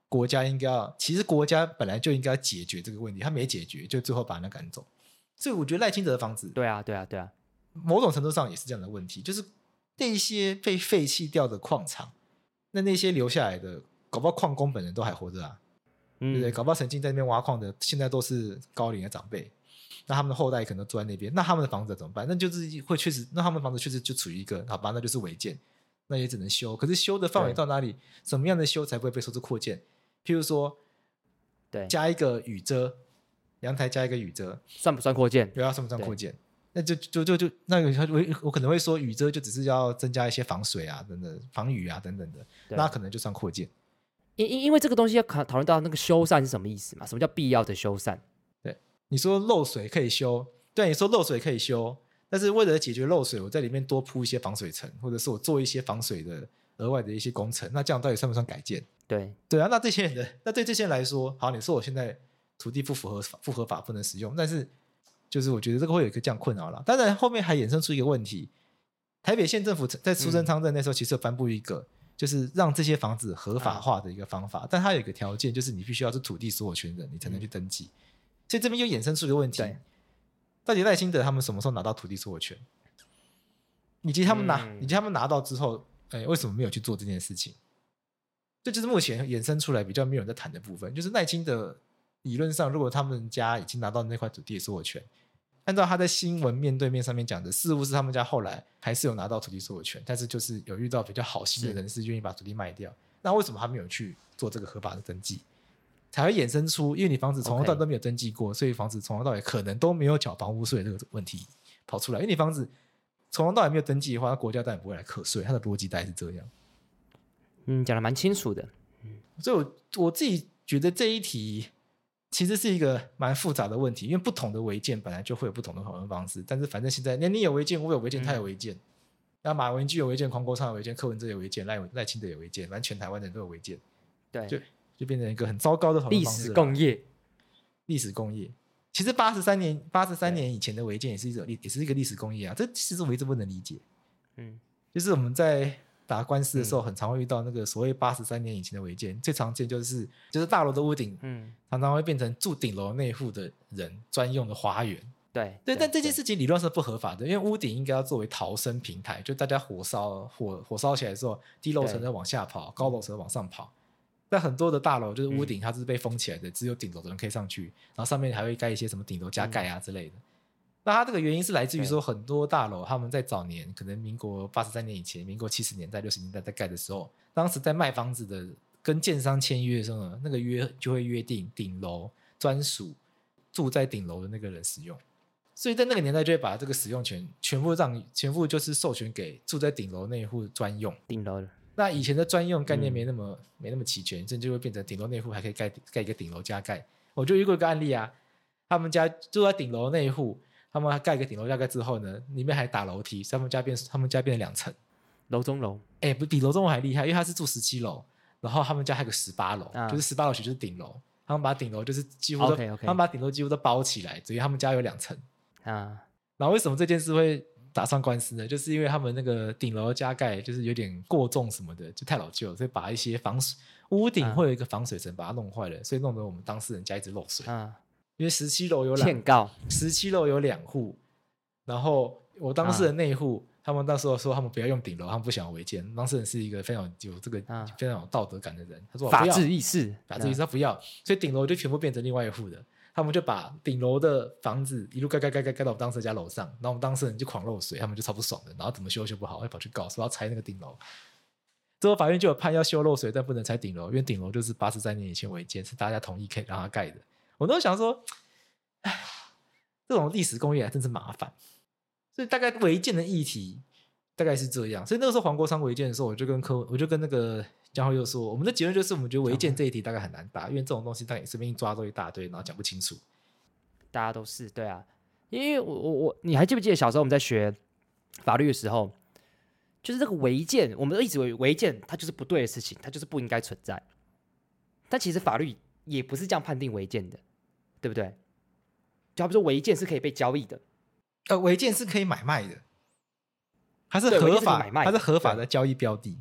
国家应该要，其实国家本来就应该解决这个问题，他没解决，就最后把人赶走。所以我觉得赖清德的房子， 对啊，对啊，对啊， 某种程度上也是这样的问题，就是那些被废弃掉的矿场，那那些留下来的，搞不好矿工本人都还活着啊， 嗯， 对不对？搞不好曾经在那边挖矿的，现在都是高龄的长辈，那他们的后代可能都住在那边，那他们的房子怎么办？那就是会确实，那他们的房子确实就处于一个，好吧，那就是违建，那也只能修。可是修的范围到哪里？什么样的修才不会被说是扩建？譬如说， 对， 加一个雨遮，阳台加一个雨遮， 算不算扩建？ 对啊，算不算扩建？那就就就就那个我我可能会说雨遮就只是要增加一些防水啊等等防雨啊等等的，那可能就算扩建。 因因因为这个东西要讨讨论到那个修缮是什么意思嘛？什么叫必要的修缮？ 对，你说漏水可以修，对，你说漏水可以修，但是为了解决漏水，我在里面多铺一些防水层，或者是我做一些防水的额外的一些工程，那这样到底算不算改建？ 对对啊，那这些人的那对这些人来说，好，你说我现在土地不符合不合法不能使用，但是就是我觉得这个会有一个这样困扰了。当然后面还衍生出一个问题，台北县政府在苏贞昌镇那时候其实有颁布一个、嗯、就是让这些房子合法化的一个方法、啊、但它有一个条件，就是你必须要是土地所有权人你才能去登记、嗯、所以这边又衍生出一个问题，到底赖清德他们什么时候拿到土地所有权，以及他们拿、嗯、以及他们拿到之后、哎、为什么没有去做这件事情，这就是目前衍生出来比较没有人在谈的部分，就是赖清德理论上如果他们家已经拿到那块土地的所有权，按照他在新闻面对面上面讲的，似乎是他们家后来还是有拿到土地所有权，但是就是有遇到比较好心的人士愿意把土地卖掉，那为什么他没有去做这个合法的登记，才会衍生出因为你房子从头到尾都没有登记过、okay. 所以房子从头到尾可能都没有缴房屋税这个问题跑出来，因为你房子从头到尾没有登记的话，那国家当然不会来课税，它的逻辑大概是这样。 嗯，讲得蛮清楚的。 所以 我, 我自己觉得这一题其实是一个蛮复杂的问题，因为不同的违建本来就会有不同的讨论方式，但是反正现在你有违建我有违建他有违建、嗯、那马文君有违建，黄国昌有违建，柯文哲有违建，赖赖清德有违建，反正全台湾人都有违建， 对， 就就变成一个很糟糕的讨论方式。 历史工业历史工业其实八十三年八十三年以前的违建也是一种也是一个历史工业啊，这其实我一直不能理解。嗯，就是我们在打官司的时候很常会遇到那个所谓八十三年以前的违建、嗯、最常见就是就是大楼的屋顶、嗯、常常会变成住顶楼内户的人专用的花园。 对对, 对，但这件事情理论上是不合法的，因为屋顶应该要作为逃生平台，就大家火烧火火烧起来的时候，低楼层的往下跑，高楼层的往上跑。但很多的大楼就是屋顶它是被封起来的、嗯、只有顶楼的人可以上去，然后上面还会盖一些什么顶楼加盖啊之类的、嗯，那它这个原因是来自于说很多大楼他们在早年可能民国八十三年以前，民国七十年代六十年代在盖的时候，当时在卖房子的跟建商签约的时候，那个约就会约定顶楼专属住在顶楼的那个人使用，所以在那个年代就会把这个使用权全部让全部就是授权给住在顶楼内户专用。 顶楼的那以前的专用概念没那么、嗯、没那么齐全，甚至就会变成顶楼内户还可以 盖, 盖一个顶楼加盖。我就遇过一个案例啊，他们家住在顶楼内户，他们盖一个顶楼加盖之后呢，里面还打楼梯，他们家变他们家变成两层， 楼中楼。 哎，不比楼中楼还厉害，因为他是住十七楼，然后他们家还有个十八楼、啊，就是十八楼其实就是顶楼，他们把顶楼就是几乎都 okay, okay. 他们把顶楼几乎都包起来，所以他们家有两层啊。然后为什么这件事会打上官司呢？就是因为他们那个顶楼加盖就是有点过重什么的，就太老旧了，所以把一些防水屋顶会有一个防水层把它弄坏了、啊、所以弄得我们当事人家一直漏水啊。因为十七楼有两欠告，十七楼有两户，然后我当事人那一户、啊，他们那时候说他们不要用顶楼，他们不想要违建。当事人是一个非常有这个、啊、非常有道德感的人，他说法治意识， 法治意识他不要，所以顶楼就全部变成另外一户的。他们就把顶楼的房子一路盖盖盖盖盖到我们当事人家楼上，然后我们当事人就狂漏水，他们就超不爽的，然后怎么修修不好，会跑去告，说要拆那个顶楼。最后法院就有判要修漏水，但不能拆顶楼，因为顶楼就是八十三年以前违建，是大家同意可以让他盖的。我都想说，唉，这种历史工业还真是麻烦。所以大概违建的议题大概是这样。所以那个时候黄国昌违建的时候，我就跟柯我就跟那个江浩佑说，我们的结论就是我们觉得违建这一题大概很难打，因为这种东西当然随便一抓都一大堆，然后讲不清楚。 大家都是对啊，因为我我我，你还记不记得小时候我们在学法律的时候，就是这个违建，我们都一直以为违建它就是不对的事情，它就是不应该存在。但其实法律也不是这样判定违建的，对不对？就好比说违建是可以被交易的， 呃，违建是可以买卖的，它是合法，它是合法的交易标的。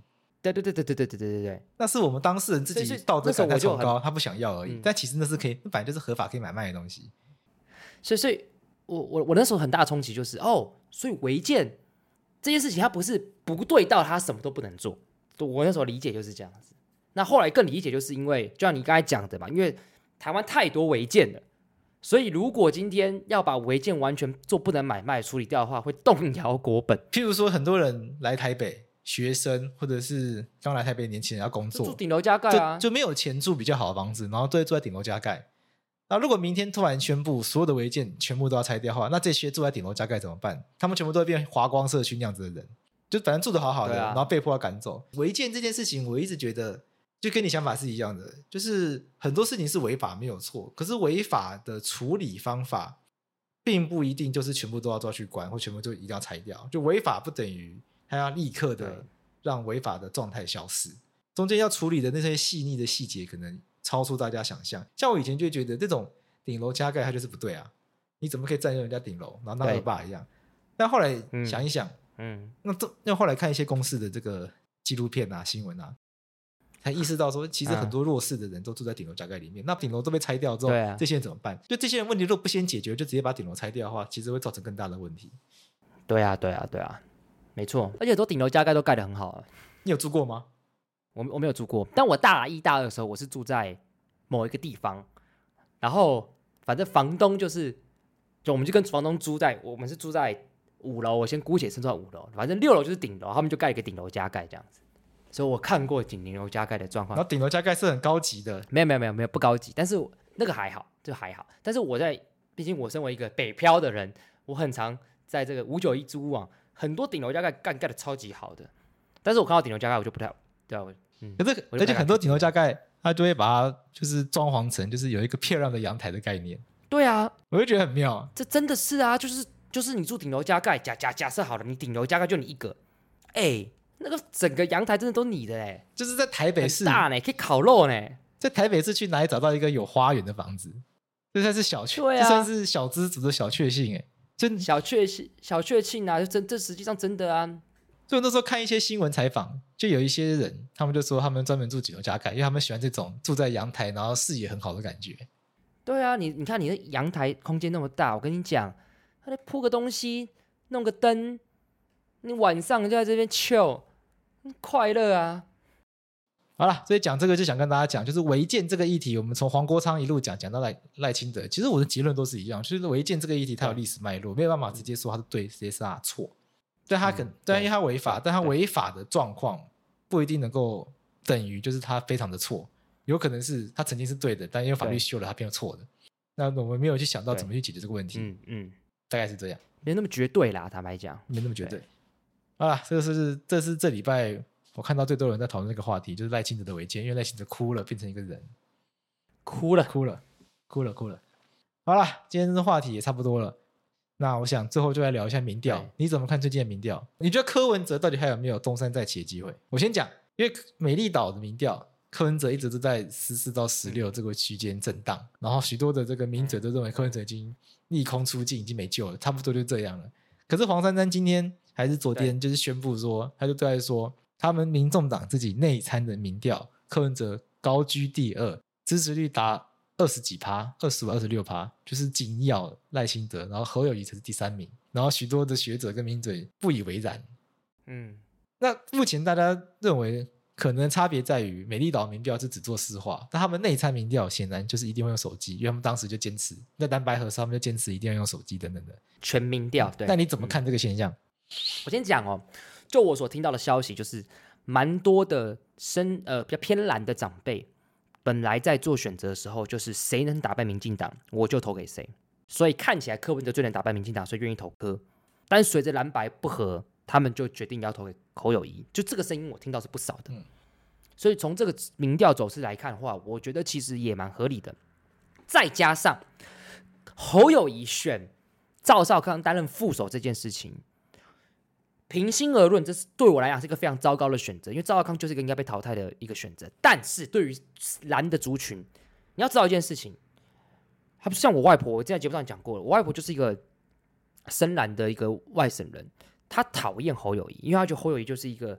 对对对对对对对对对对， 那是我们当事人自己道德感太崇高，他不想要而已。 嗯、 但其实那是可以，本来就是合法可以买卖的东西。 所以，所以我我我那时候很大的冲击就是，哦，所以违建这件事情，它不是不对到它什么都不能做。我那时候理解就是这样子。那后来更理解，就是因为就像你刚才讲的嘛，因为台湾太多违建了，所以如果今天要把违建完全做不能买卖处理掉的话，会动摇国本。 譬如说，很多人来台北，学生或者是刚来台北的年轻人要工作， 住顶楼加盖啊， 就, 就没有钱住比较好的房子，然后都会住在顶楼加盖。那如果明天突然宣布所有的违建全部都要拆掉的话，那这些住在顶楼加盖怎么办？他们全部都会变华光社区那样子的人，就反正住得好好的，啊、然后被迫要赶走。违建这件事情，我一直觉得就跟你想法是一样的，就是很多事情是违法没有错，可是违法的处理方法并不一定就是全部都要抓去关，或全部就一定要拆掉。就违法不等于他要立刻的让违法的状态消失，中间要处理的那些细腻的细节可能超出大家想象。像我以前就觉得这种顶楼加盖它就是不对啊，你怎么可以占用人家顶楼，然后当恶霸一样？但后来想一想，嗯，那这那后来看一些公司的这个纪录片啊、新闻啊，才意识到说，其实很多弱势的人都住在顶楼加盖里面。嗯、那顶楼都被拆掉之后，啊、这些人怎么办？就这些人问题如果不先解决，就直接把顶楼拆掉的话，其实会造成更大的问题。 对啊，对啊，对啊，没错。而且很多顶楼加盖都盖得很好啊。 你有住过吗？ 我我没有住过，但我大一大二的时候，我是住在某一个地方，然后反正房东就是，就我们就跟房东租在，我们是住在五楼，我先姑且称作五楼，反正六楼就是顶楼，他们就盖一个顶楼加盖这样子。所以我看过顶楼加盖的状况， 然后顶楼加盖是很高级的， 没有没有没有没有不高级，但是那个还好，就还好。但是我在，毕竟我身为一个北漂的人，我很常在这个五九一租屋网，很多顶楼加盖盖盖的超级好的，但是我看到顶楼加盖我就不太对啊，我嗯， 可是而且很多顶楼加盖，他就会把它就是装潢成就是有一个漂亮的阳台的概念。 对啊， 我就觉得很妙， 这真的是啊，就是就是你住顶楼加盖，假假假设好了，你顶楼加盖就你一个，哎。那个整个阳台真的都你的哎， 就是在台北市很大呢，可以烤肉呢。 在台北市去哪里找到一个有花园的房子？这算是小确， 对啊， 这算是小资族的小确幸哎， 真小确幸，小确幸啊，就真这实际上真的啊。 所以那时候看一些新闻采访，就有一些人，他们就说他们专门住顶楼加盖，因为他们喜欢这种住在阳台，然后视野很好的感觉。 对啊，你你看你的阳台空间那么大，我跟你讲，他得铺个东西，弄个灯。你晚上就在这边 chill， 快乐啊！ 好了，所以讲这个就想跟大家讲，就是违建这个议题，我们从黄国昌一路讲讲到赖赖清德，其实我的结论都是一样，就是违建这个议题它有历史脉络，没有办法直接说它是对，直接是它错。但它可能，但因为它违法，但它违法的状况不一定能够等于就是它非常的错，有可能是它曾经是对的，但因为法律修了，它变成错的。那我们没有去想到怎么去解决这个问题，嗯嗯，大概是这样， 没那么绝对啦，坦白讲， 没那么绝对。好啦，这个是这是这礼拜我看到最多人在讨论那个话题，就是赖清德的违建，因为赖清德哭了，变成一个人， 哭了， 哭了，哭了，哭了。好啦，今天这话题也差不多了。那我想最后就来聊一下民调，你怎么看最近的民调？你觉得柯文哲到底还有没有东山再起的机会？我先讲，因为美丽岛的民调，柯文哲一直都在十四到十六这个区间震荡，然后许多的这个名嘴都认为柯文哲已经逆空出尽，已经没救了，差不多就这样了。可是黄珊珊今天还是昨天就是宣布说，他就对外说，他们民众党自己内参的民调，柯文哲高居第二，支持率达二十几趴，二十五、二十六趴，就是紧咬赖清德，然后侯友宜才是第三名，然后许多的学者跟名嘴不以为然。嗯，那目前大家认为可能差别在于，美丽岛民调是只做市话，但他们内参民调显然就是一定会用手机，因为他们当时就坚持在蓝白合上，他们就坚持一定要用手机等等的全民调。对， 那你怎么看这个现象？嗯、 我先讲哦，就我所听到的消息，就是蛮多的深呃比较偏蓝的长辈。本来在做选择的时候，就是谁能打败民进党，我就投给谁。所以看起来柯文哲最能打败民进党，所以愿意投柯。但是随着蓝白不合，他们就决定要投给侯友宜。就这个声音我听到是不少的。嗯、所以从这个民调走势来看的话，我觉得其实也蛮合理的。再加上侯友宜选赵少康担任副手这件事情，平心而论，这是对我来讲是一个非常糟糕的选择，因为赵少康就是一个应该被淘汰的一个选择。但是对于蓝的族群，你要知道一件事情，他不像我外婆，我之前节目上讲过了，我外婆就是一个深蓝的一个外省人，她讨厌侯友宜，因为她觉得侯友宜就是一个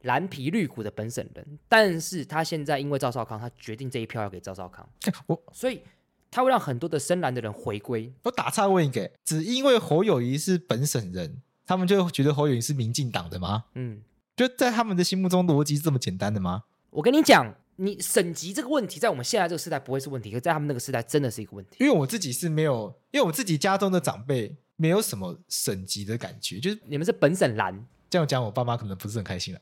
蓝皮绿骨的本省人，但是他现在因为赵少康，他决定这一票要给赵少康， 我所以他会让很多的深蓝的人回归。 我打岔问一个，只因为侯友宜是本省人，他们就觉得侯友宜是民进党的吗？ 嗯， 就在他们的心目中逻辑是这么简单的吗？ 我跟你讲，你省级这个问题在我们现在这个时代不会是问题，可是在他们那个时代真的是一个问题。 因为我自己是没有，因为我自己家中的长辈没有什么省级的感觉，就是你们是本省蓝， 这样讲我爸妈可能不是很开心了。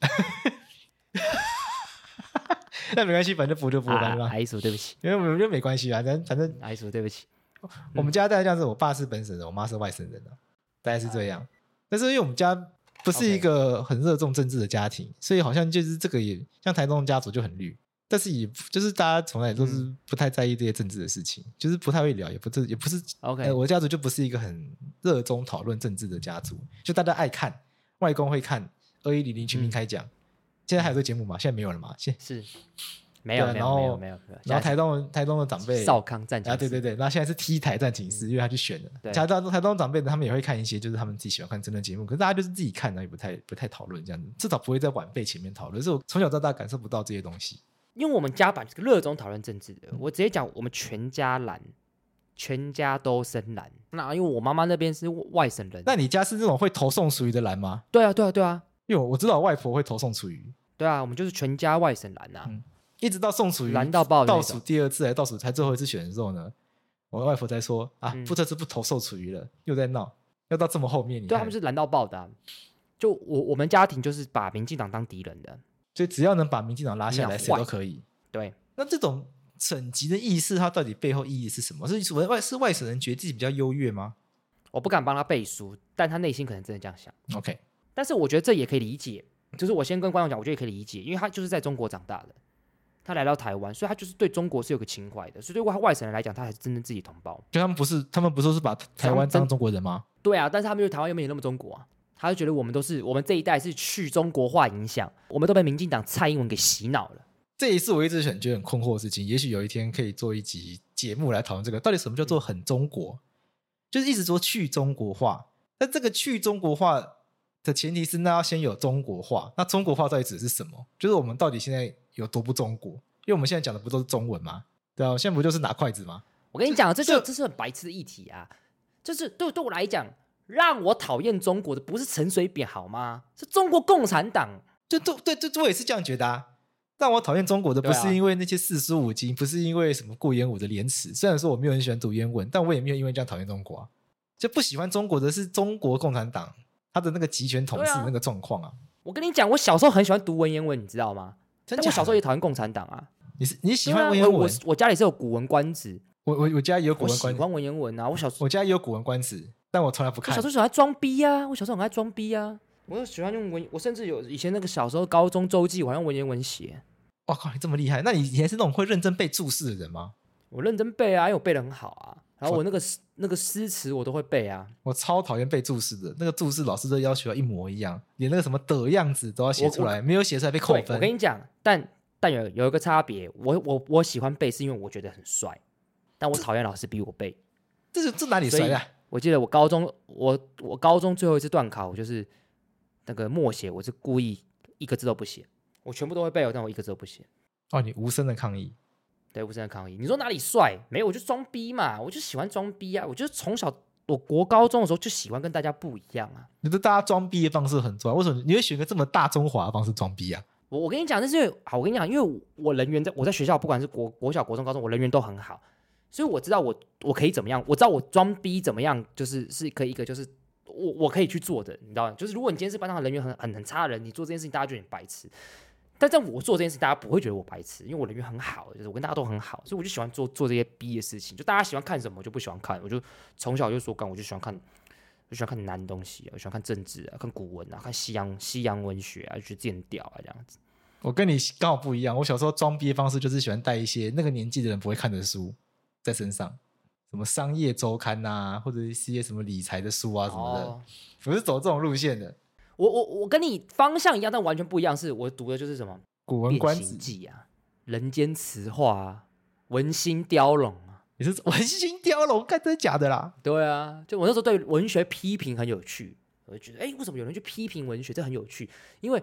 那没关系，反正补就补吧， 啊，阿姨叔对不起， 因为我觉得没关系啊，反正反正阿姨叔对不起。 我们家大概这样子，我爸是本省人，我妈是外省人啊，大概是这样。但是因为我们家不是一个很热重政治的家庭，所以好像就是这个也像台东家族就很绿，但是也就是大家从来都是不太在意这些政治的事情，就是不太会聊，也不是也不是 OK，、 呃、我的家族就不是一个很热衷讨论政治的家族，就大家爱看，外公会看二一零零全民开讲，嗯、现在还有这个节目吗？现在没有了嘛？现是没有没有没有没有没有， 然后台东台东的长辈少康战情室， 啊对对对，然后现在是 T 台战情室，因为他去选了。台东台东长辈的他们也会看一些就是他们自己喜欢看真的节目，可是大家就是自己看呢，也不太不太讨论这样子，至少不会在晚辈前面讨论。所以我从小到大感受不到这些东西。 因为我们家本来就是热衷讨论政治的，我直接讲我们全家蓝，全家都深蓝。那因为我妈妈那边是外省人， 那你家是那种会投宋楚瑜的蓝吗？ 对啊对啊对啊， 因为我知道我外婆会投宋楚瑜。 对啊，我们就是全家外省蓝啊。嗯， 一直到宋楚瑜蓝到爆倒数第二次还倒数才最后一次选的时候呢，我外婆才说啊， 嗯、 不这次不投宋楚瑜了，又在闹，要到这么后面。 对，他们是蓝到爆的、啊。就我我们家庭就是把民进党当敌人的， 所以只要能把民进党拉下来，谁都可以。 对， 那这种省级的意识，它到底背后意义是什么？是外是外省人觉得自己比较优越吗？ 我不敢帮他背书，但他内心可能真的这样想。 OK， 但是我觉得这也可以理解。就是我先跟观众讲，我觉得也可以理解，因为他就是在中国长大的，他来到台湾，所以他就是对中国是有个情怀的，所以对外省人来讲，他还是真正自己同胞。 就他们不是，他们不是是把台湾当中国人吗？ 对啊，但是他们觉得台湾又没有那么中国啊，他就觉得我们都是我们这一代是去中国化影响，我们都被民进党蔡英文给洗脑了。 这也是我一直很觉得很困惑的事情，也许有一天可以做一集节目来讨论这个，到底什么叫做很中国？就是一直说去中国化，但这个去中国化的前提是那要先有中国化，那中国化到底指的是什么？就是我们到底现在有多不中国？因为我们现在讲的不都是中文吗？对啊，现在不就是拿筷子吗？ 我跟你讲，这就这是很白痴的议题啊！就是对对我来讲，让我讨厌中国的不是陈水扁好吗？是中国共产党。 就对对对，我也是这样觉得啊。让我讨厌中国的不是因为那些四书五经，不是因为什么顾炎武的廉耻。虽然说我没有很喜欢读原文，但我也没有因为这样讨厌中国啊。就不喜欢中国的是中国共产党他的那个集权统治那个状况啊。啊我跟你讲，我小时候很喜欢读文言文，你知道吗？但我小时候也讨厌共产党啊。 你是你喜欢文言文？ 啊、我, 我, 我家里是有古文观止， 我我我家也有古文观止。 我喜欢文言文啊，我小我家也有古文观止，但我从来不看。 我小时候喜欢装逼啊，我小时候很爱装逼啊。我又喜欢用文，我甚至有以前那个小时候高中周记，我还用文言文写。 哇靠，你这么厉害！那你以前是那种会认真背注释的人吗？ 我认真背啊，因为我背得很好啊。然后我那个那个诗词我都会背啊。 我超讨厌背注释的，那个注释老师都要求要一模一样，连那个什么的样子都要写出来，没有写出来被扣分。 我跟你讲，但但有有一个差别，我我我喜欢背是因为我觉得很帅，但我讨厌老师逼我背。 这是这哪里帅啊？ 我记得我高中我我高中最后一次段考，我就是那个默写，我是故意一个字都不写，我全部都会背，但我一个字都不写。 哦，你无声的抗议。 对，无声的抗议。你说哪里帅？没有，我就装逼嘛，我就喜欢装逼啊！我就是从小，我国高中的时候就喜欢跟大家不一样啊。 你觉得大家装逼的方式很重要，为什么你会选个这么大中华的方式装逼啊？ 我我跟你讲，那是因为好，我跟你讲，因为我人缘在我在学校，不管是国国小、国中、高中，我人缘都很好，所以我知道我我可以怎么样，我知道我装逼怎么样，就是是可以一个就是我我可以去做的，你知道吗？就是如果你今天是班上人缘很很很差的人，你做这件事情，大家觉得你白痴。但在我做这件事，大家不会觉得我白痴，因为我人缘很好，就是我跟大家都很好，所以我就喜欢做做这些逼的事情。就大家喜欢看什么，我就不喜欢看。我就从小就说干，我就喜欢看，我喜欢看难的东西啊，我喜欢看政治啊，看古文啊，看西洋西洋文学啊，就觉得自己很屌啊，这样子。 我跟你刚好不一样，我小时候装逼的方式就是喜欢带一些那个年纪的人不会看的书在身上，什么商业周刊啊，或者是一些什么理财的书啊什么的，哦、我是走这种路线的。 我我我跟你方向一样，但完全不一样。是我读的就是什么《 古文观止》 记啊，《人间词话》啊，《文心雕龙》啊。 你是文心雕龙？看真的假的啦？ 对啊，就我那时候对文学批评很有趣，我就觉得，哎，为什么有人去批评文学？这很有趣，因为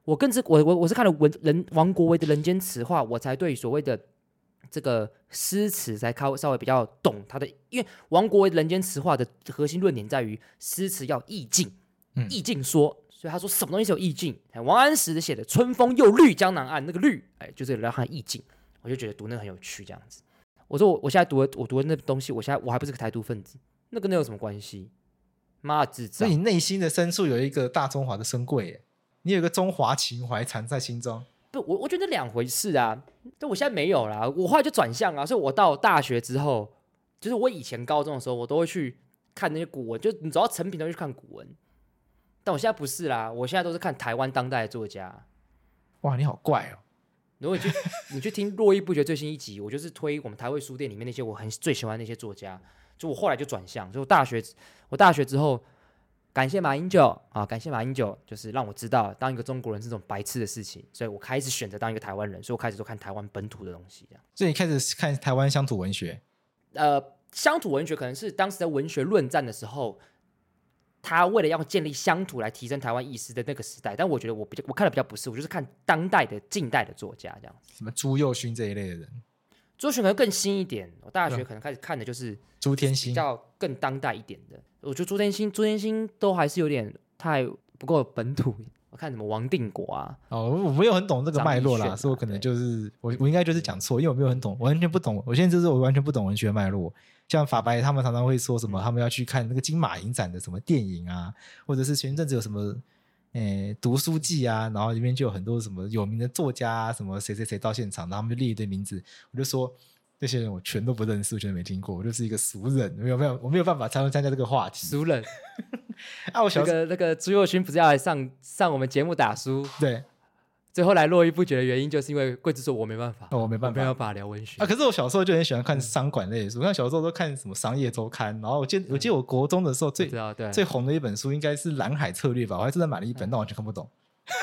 我更是我我我是看了文人王国维的《人间词话》，我才对所谓的这个诗词才稍稍微比较懂他的，因为王国维的《人间词话》的核心论点在于诗词要意境，意境说，所以他说什么东西是有意境？王安石写的“春风又绿江南岸”，那个绿，哎，就是聊他的意境，我就觉得读那个很有趣，这样子。我说我我现在读的我读的那东西，我现在我还不是个台独分子，那跟那有什么关系？妈的智障！ 所以你内心的深处有一个大中华的深柜耶，你有一个中华情怀藏在心中。 不，我我觉得两回事啊。但我现在没有啦，我后来就转向了。所以我到大学之后，就是我以前高中的时候，我都会去看那些古文，就你走到成品都去看古文。但我现在不是啦，我现在都是看台湾当代的作家。 哇，你好怪哦！ 如果你去你去听络绎不绝最新一集，我就是推我们台味书店里面那些我很最喜欢的那些作家。就我后来就转向，就我大学我大学之后，感谢马英九啊，感谢马英九，就是让我知道当一个中国人是这种白痴的事情，所以我开始选择当一个台湾人，所以我开始都看台湾本土的东西，这样。 所以你开始看台湾乡土文学， 呃，乡土文学可能是当时在文学论战的时候，他为了要建立乡土来提升台湾意识的那个时代，但我觉得我比较我看的比较不是，我就是看当代的近代的作家这样子， 什么朱佑勋这一类的人。 朱佑勋可能更新一点，我大学可能开始看的就是朱天心， 比较更当代一点的。我觉得朱天心、朱天心都还是有点太不够本土。我看什么王定国啊， 哦，我没有很懂这个脉络啦，所以我可能就是我我应该就是讲错，因为我没有很懂，我完全不懂。我现在就是我完全不懂文学脉络。像法白他们常常会说什么，他们要去看那个金马影展的什么电影啊，或者是前阵子有什么诶读书季啊，然后里面就有很多什么有名的作家啊，什么谁谁谁到现场，然后他们就列一堆名字，我就说这些人我全都不认识，我全都没听过，我就是一个俗人，没有没有我没有办法参参加这个话题。 俗人啊，我小那个那个朱佑勋不是要来上上我们节目打书？ 对。 最后来络绎不绝的原因，就是因为贵子说我没办法， 哦、我没办法， 没办法聊文学啊。可是我小时候就很喜欢看商管类的书，像小时候都看什么商业周刊，然后我记得我记得我国中的时候最最红的一本书应该是《蓝海策略》吧，我还真的买了一本，但完全看不懂。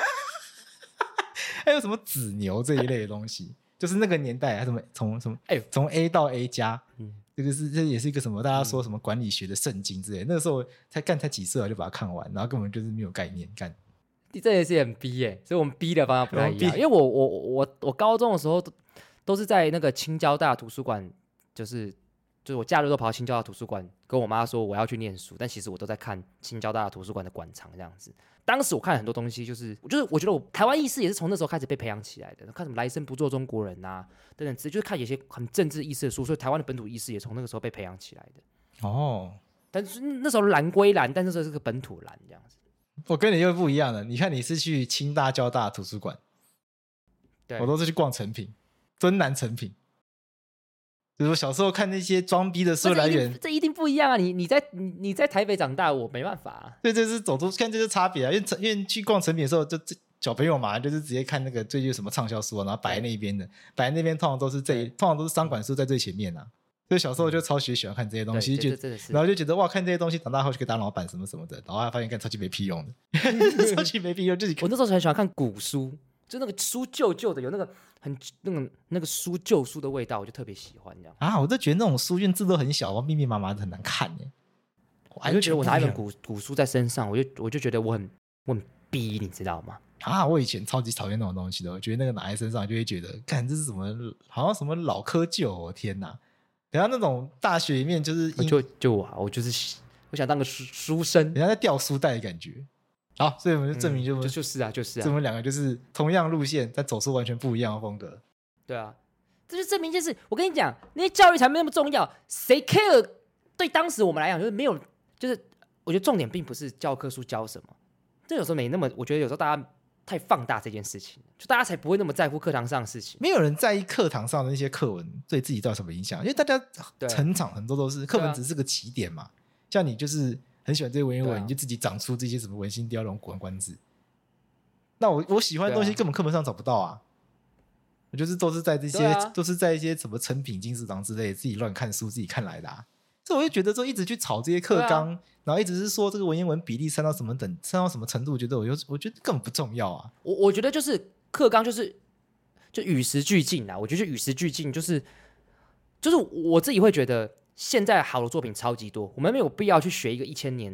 还有什么子牛这一类的东西，就是那个年代还什么从什么哎从 A 到 A 加，嗯，这个是这也是一个什么大家说什么管理学的圣经之类的，那个时候才干才几岁我就把它看完，然后根本就是没有概念干。 这也是很逼耶、欸，所以我们逼的方向不太一样。因为我我我我高中的时候都都是在那个清交大图书馆，就是就是我假日都跑到清交大图书馆，跟我妈说我要去念书，但其实我都在看清交大图书馆的馆藏这样子。当时我看了很多东西，就是我就是我觉得我台湾意识也是从那时候开始被培养起来的，看什么来生不做中国人啊等等，就是看有些很政治意识的书，所以台湾的本土意识也从那个时候被培养起来的。哦，但是那时候蓝归蓝，但那时候是个本土蓝这样子。 我跟你又不一样了，你看你是去清大交大图书馆，对，我都是去逛成品，敦南成品。就是我小时候看那些装逼的书来源， 这一定不一样啊！你你在你你在台北长大，我没办法、啊。 对，这是走出看这是差别啊！因为因为去逛成品的时候，就小朋友嘛，就是直接看那个最近有什么畅销书、啊，然后摆在那边的，摆在那边通常都是最通常都是商管书在最前面啊。所以小时候就超级喜欢看这些东西，就然后就觉得哇，看这些东西长大后就可以当老板什么什么的，然后还发现看超级没屁用的，超级没屁用。自己我那时候很喜欢看古书，就那个书旧旧的，有那个很那个那个书旧书的味道，我就特别喜欢这样啊！我都觉得那种书卷字都很小，密密麻麻的很难看耶。 我就觉得我拿一本古古书在身上，我就我就觉得我很我很逼，你知道吗？ 啊！我以前超级讨厌那种东西的，我觉得那个拿在身上就会觉得，看这是什么，好像什么老窠臼，我天哪！等下那种大学里面就是就就我我就是我想当个书书生， 人家在掉书袋的感觉。好，所以我们就证明就、嗯、 就就是啊就是啊， 我们两个就是同样路线，但走出完全不一样的风格。 对啊，这就证明一件事。我跟你讲，那些教育才没那么重要，谁 care？ 对当时我们来讲，就是没有，就是我觉得重点并不是教科书教什么，这有时候没那么，我觉得有时候大家太放大这件事情，就大家才不会那么在乎课堂上的事情。 没有人在意课堂上的那些课文对自己造成什么影响，因为大家成长很多都是课文只是个起点嘛。像你就是很喜欢这些文言文、啊，你就自己长出这些什么文心雕龙、古文观止。那我我喜欢的东西根本课本上找不到啊，我就是都是在这些、啊、都是在一些什么成品、金石堂之类的自己乱看书自己看来的啊。所以我就觉得说一直去炒这些课纲、啊，然后一直是说这个文言文比例删到什么等删到什么程度，我觉得我我觉得根本不重要啊。 我我觉得就是课纲就是就与时俱进啊，我觉得与时俱进就是就是我自己会觉得现在好的作品超级多，我们没有必要去学一个一千年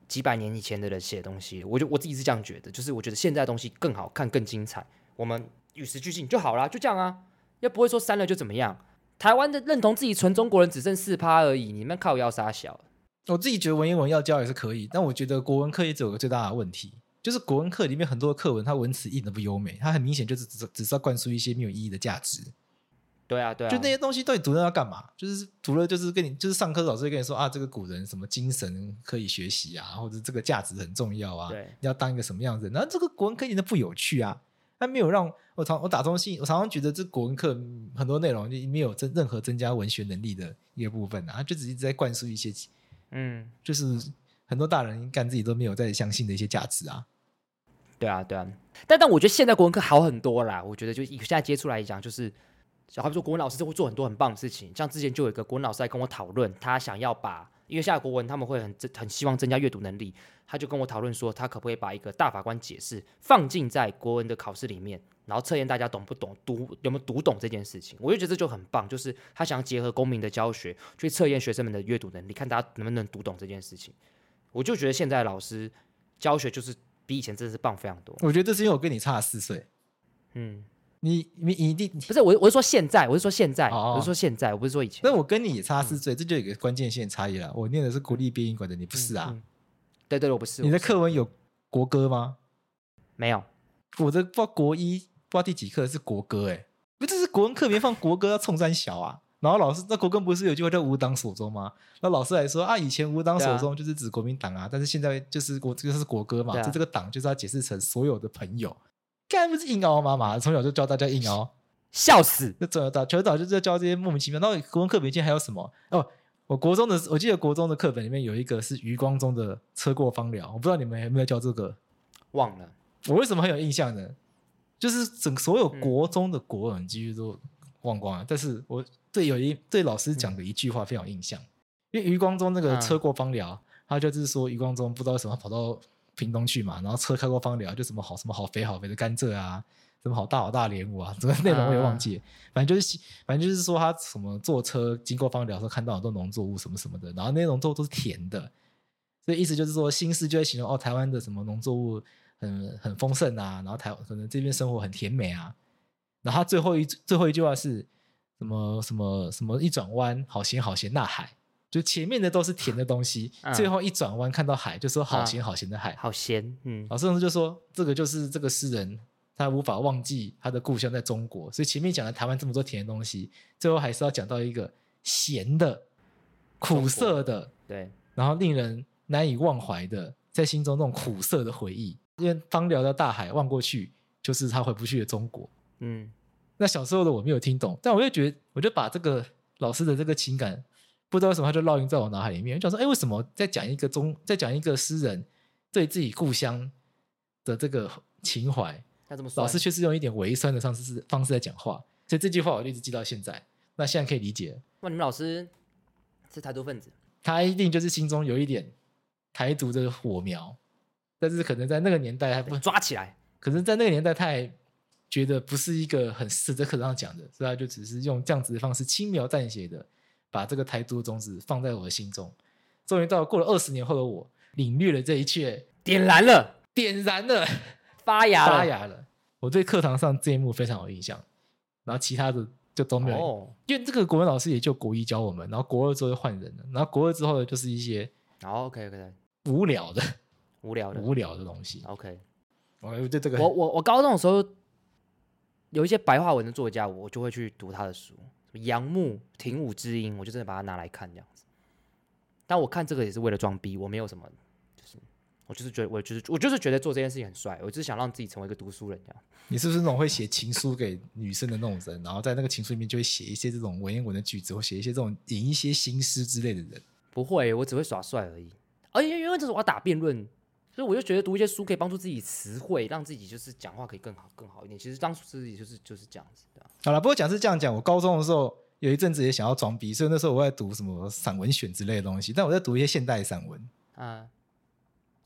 几百年以前的人写的东西，我就我自己是这样觉得，就是我觉得现在的东西更好看、更精彩，我们与时俱进就好啦，就这样啊，又不会说删了就怎么样。台湾的认同自己纯中国人只剩四趴而已，你们靠腰杀小。 我自己觉得文言文要教也是可以，但我觉得国文课也只有个最大的问题，就是国文课里面很多的课文，它文词一点都不优美，它很明显就是只只是要灌输一些没有意义的价值。 对啊，对啊， 就那些东西到底读了要干嘛？就是读了就是跟你就是上课老师会跟你说啊，这个古人什么精神可以学习啊，或者这个价值很重要啊， 对， 你要当一个什么样子？然后这个国文课一点都不有趣啊，它没有让我常我打中信，我常常觉得这国文课很多内容就没有增任何增加文学能力的一个部分啊，它就只是在灌输一些，嗯，就是很多大人干自己都没有在相信的一些价值啊。 对啊，对啊，但但我觉得现在国文课好很多啦，我觉得就以现在接触来讲，就是小好比说国文老师就会做很多很棒的事情，像之前就有一个国文老师在跟我讨论，他想要把，因为现在国文他们会很很希望增加阅读能力，他就跟我讨论说，他可不可以把一个大法官解释放进在国文的考试里面，然后测验大家懂不懂读有没有读懂这件事情，我就觉得这就很棒，就是他想要结合公民的教学去测验学生们的阅读能力，看大家能不能读懂这件事情。我就觉得现在老师教学就是比以前真的是棒非常多。 我觉得这是因为我跟你差了四岁，嗯。你你一定不是我，我是说现在，我是说现在， 哦、 我是说现在，我不是说以前。 但我跟你也差四岁，嗯、这就有一个关键性差异了。我念的是国立编译馆的，你不是啊？嗯嗯、 对对，我不是。 你的课文有国歌吗？ 没有。 我的不知道国一不知道第几课是国歌，哎，不这是国文课里面放国歌要冲三小啊。然后老师那国歌不是有句话叫吾党所宗吗？那老师来说啊，以前吾党所宗就是指国民党啊，但是现在就是国这个是国歌嘛，就、啊、这个党就是要解释成所有的朋友。干不是硬凹妈妈，从小就教大家硬凹， 笑死！ 就从小从小就在教这些莫名其妙。然后国文课本里面还有什么？哦，我国中的我记得国中的课本里面有一个是余光中的《车过芳寮》，我不知道你们有没有教这个？ 忘了。 我为什么很有印象呢？就是整所有国中的国文几乎都忘光了，嗯、但是我对有一对老师讲的一句话非常有印象，因为余光中那个《车过芳寮》，嗯、他就是说余光中不知道为什么跑到屏东去嘛，然后车开过芳寮，就什么好什么好肥好肥的甘蔗啊，什么好大好大的莲雾啊，这个内容我也忘记了。反正就是反正就是说他什么坐车经过芳寮的时候看到很多农作物什么什么的，然后那些农作物都是甜的，所以意思就是说新式就会形容哦台湾的什么农作物很很丰盛啊，然后台可能这边生活很甜美啊。然后他最后一最后一句话是什么什么什么一转弯好咸好咸那海。就前面的都是甜的东西，嗯、最后一转弯看到海，就说好咸好咸的海， 嗯、好咸。嗯， 老师当时就说，这个就是这个诗人他无法忘记他的故乡在中国，所以前面讲了台湾这么多甜的东西，最后还是要讲到一个咸的、苦涩的， 对， 然后令人难以忘怀的，在心中那种苦涩的回忆。因为芳寮的大海望过去，就是他回不去的中国。嗯，那小时候的我没有听懂，但我就觉得，我就把这个老师的这个情感。不知道为什么他就烙印在我脑海里面，就想说，哎，为什么在讲一个中，在讲一个诗人对自己故乡的这个情怀，老师却是用一点微酸的方式方式在讲话，所以这句话我就一直记到现在。那现在可以理解了。 那你们老师是台独分子， 他一定就是心中有一点台独的火苗，但是可能在那个年代还不抓起来， 可是在那个年代他还觉得不是一个很适在课堂上讲的，所以他就只是用这样子的方式轻描淡写的。把这个台独的种子放在我的心中，终于到了过了二十年后的我，领略了这一切， 点燃了， 点燃了， 发芽了， 发芽了。我对课堂上这一幕非常有印象，然后其他的就都没有，哦、因为这个国文老师也就国一教我们，然后国二之后就换人了，然后国二之后的就是一些哦 ，OK OK， 无聊的、 无聊的、 无聊的东西。 OK， 我对这个， 我我我高中的时候有一些白话文的作家，我就会去读他的书。杨牧、庭武之音，我就真的把它拿来看这样子。但我看这个也是为了装逼，我没有什么，就是我就是觉得，我就是我就是觉得做这件事情很帅，我只是想让自己成为一个读书人这样。 你是不是那种会写情书给女生的那种人，然后在那个情书里面就会写一些这种文言文的句子，或写一些这种引一些新诗之类的人？ 不会，我只会耍帅而已。而且因为这是我要打辩论，所以我就觉得读一些书可以帮助自己词汇，让自己就是讲话可以更好更好一点。其实当初自己就是就是这样子的。 好了，不过讲是这样讲，我高中的时候有一阵子也想要装逼，所以那时候我在读什么散文选之类的东西，但我在读一些现代散文。嗯，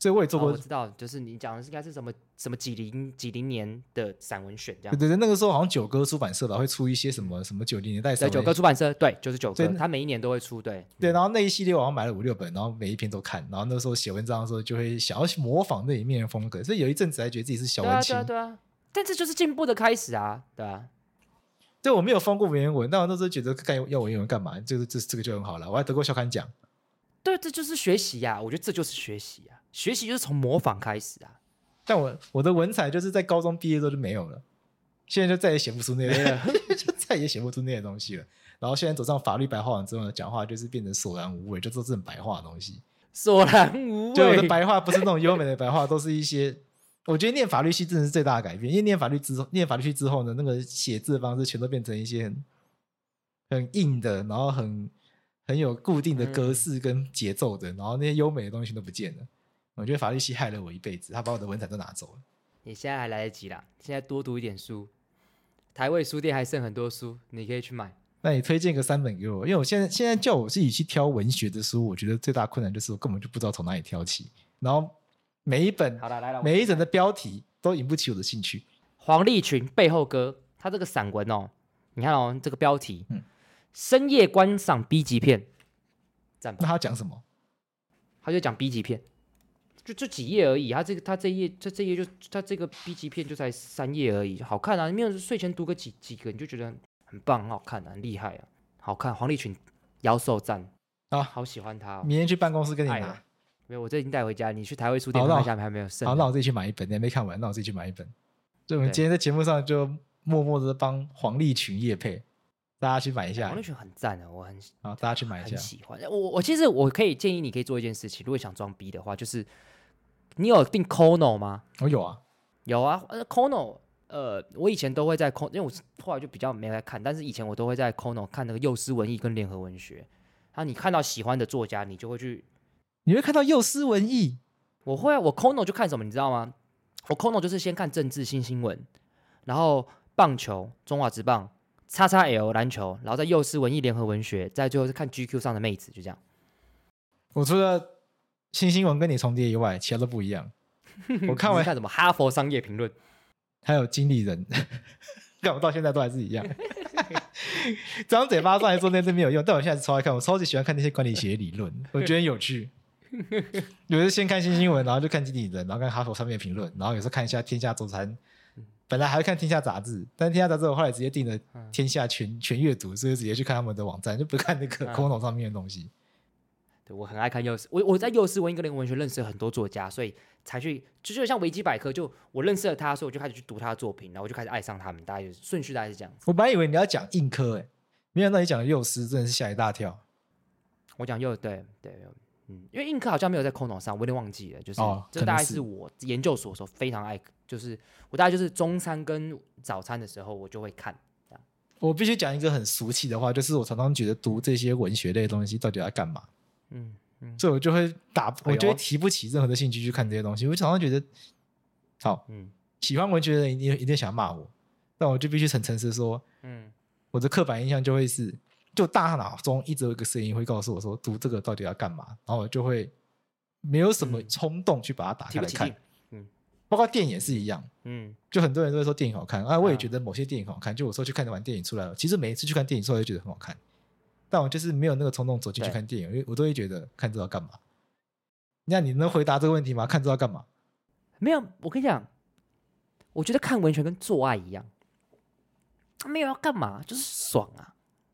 所以我也做过。 哦、我知道，就是你讲的应该是什么什么几零几零年的散文选这样。 对对对，那个时候好像九歌出版社吧会出一些什么什么九零年代散对， 文。 九歌出版社，对，就是九歌， 对他每一年都会出，对对，然后那一系列我好像买了五六本，然后每一篇都看，然后那时候写文章的时候就会想要去模仿那一面的风格，所以有一阵子还觉得自己是小文青。 对啊，对啊，对啊。但这就是进步的开始啊，对啊。 对，我没有翻过文言文，但我那时候觉得干要文言文干嘛？这个这这个就很好了，我还得过校刊奖。 对，这就是学习呀、啊！我觉得这就是学习啊，学习就是从模仿开始啊。 但我我的文采就是在高中毕业之后就没有了，现在就再也写不出那些，就再也写不出那些东西了。然后现在走上法律白话文之后呢，讲话就是变成索然无味，就做这种白话的东西。 索然无味， 就我的白话不是那种优美的白话，都是一些。我觉得念法律系真的是最大的改变，因为念法律之后，念法律系之后呢，那个写字的方式全都变成一些很很硬的，然后很很有固定的格式跟节奏的，嗯、然后那些优美的东西都不见了。我觉得法律系害了我一辈子，他把我的文采都拿走了。 你现在还来得及啦，现在多读一点书，台味书店还剩很多书，你可以去买。 那你推荐个三本给我，因为我现在现在叫我自己去挑文学的书，我觉得最大困难就是我根本就不知道从哪里挑起，然后。每一本好了，来了， 每一本的标题都引不起我的兴趣。 黄立群背后歌，他这个散文哦，你看哦，这个标题， 嗯， 深夜观赏 B 级片，赞吧？ 那他讲什么？ 他就讲 B 级片，就就几页而已。他这个他这一页这这一页就他这个 B 级片就才三页而已，好看啊！你没有睡前读个几几个，你就觉得很棒，很好看啊，很厉害啊，好看。黄立群妖兽赞啊， 好喜欢他、哦。 明天去办公室跟你拿。 没有，我这已经带回家。你去台味书店看一下，还没有剩。 好，那我自己去买一本，你还没看完，那我自己去买一本。所以我们今天在节目上就默默的帮黄立群业配，大家去买一下。 黄立群很赞的，我很好，大家去买一下。 很喜欢。我我其实我可以建议你可以做一件事情，如果想装逼的话，就是你有订 Kono 吗？ 我有啊， 有啊。呃 Kono， 呃，我以前都会在 Kono， 因为我后来就比较没来看，但是以前我都会在 Kono 看那个幼师文艺跟联合文学。然后你看到喜欢的作家，你就会去。 你会看到幼师文艺， 我会啊，我 Kono 就看什么，你知道吗？我 Kono 就是先看政治新新闻，然后棒球、中华职棒、X X L 篮球，然后再幼师文艺联合文学，再最后是看 G Q 上的妹子，就这样。 我除了新新闻跟你重叠以外，其他都不一样。我看完看什么哈佛商业评论， 还有经理人，看我到现在都还是一样。张嘴巴上来说那真没有用，但我现在超爱看，我超级喜欢看那些管理学理论，我觉得很有趣。有时先看新新闻，然后就看经理人，然后看哈佛上面评论，然后有时候看一下天下周刊。本来还会看天下杂志，但是天下杂志我后来直接订了天下全全阅读，所以直接去看他们的网站，就不看那个 Kono 上面的东西。 对，我很爱看幼师，我我在幼师文艺跟联合文学认识了很多作家，所以才去就就像维基百科，就我认识了他，所以我就开始去读他的作品，然后我就开始爱上他们，大概就是顺序大概是这样子。 我本来以为你要讲硬科，哎，没想到你讲的幼师，真的是吓一大跳。 我讲幼对对。嗯，因为硬科好像没有在 Kono 上，我有点忘记了。就是、 哦、 这大概是我研究所的时候非常爱，就是我大概就是中餐跟早餐的时候我就会看。这样我必须讲一个很俗气的话，就是我常常觉得读这些文学类的东西到底要干嘛？ 嗯嗯， 所以我就会打， 哎、 我就会提不起任何的兴趣去看这些东西。我常常觉得，好，嗯，喜欢文学的人一定一定想骂我，但我就必须很诚实说，嗯，我的刻板印象就会是。就大脑中一直有一个声音会告诉我说读这个到底要干嘛，然后我就会没有什么冲动去把它打开来看。嗯，包括电影也是一样。嗯，就很多人都会说电影好看啊，我也觉得某些电影好看。就我说去看完电影出来了，其实每一次去看电影出来就觉得很好看，但我就是没有那个冲动走进去看电影，因为我都会觉得看这要干嘛？那你能回答这个问题吗？看这要干嘛？ 没有，我跟你讲，我觉得看文学跟做爱一样，没有要干嘛，就是爽啊。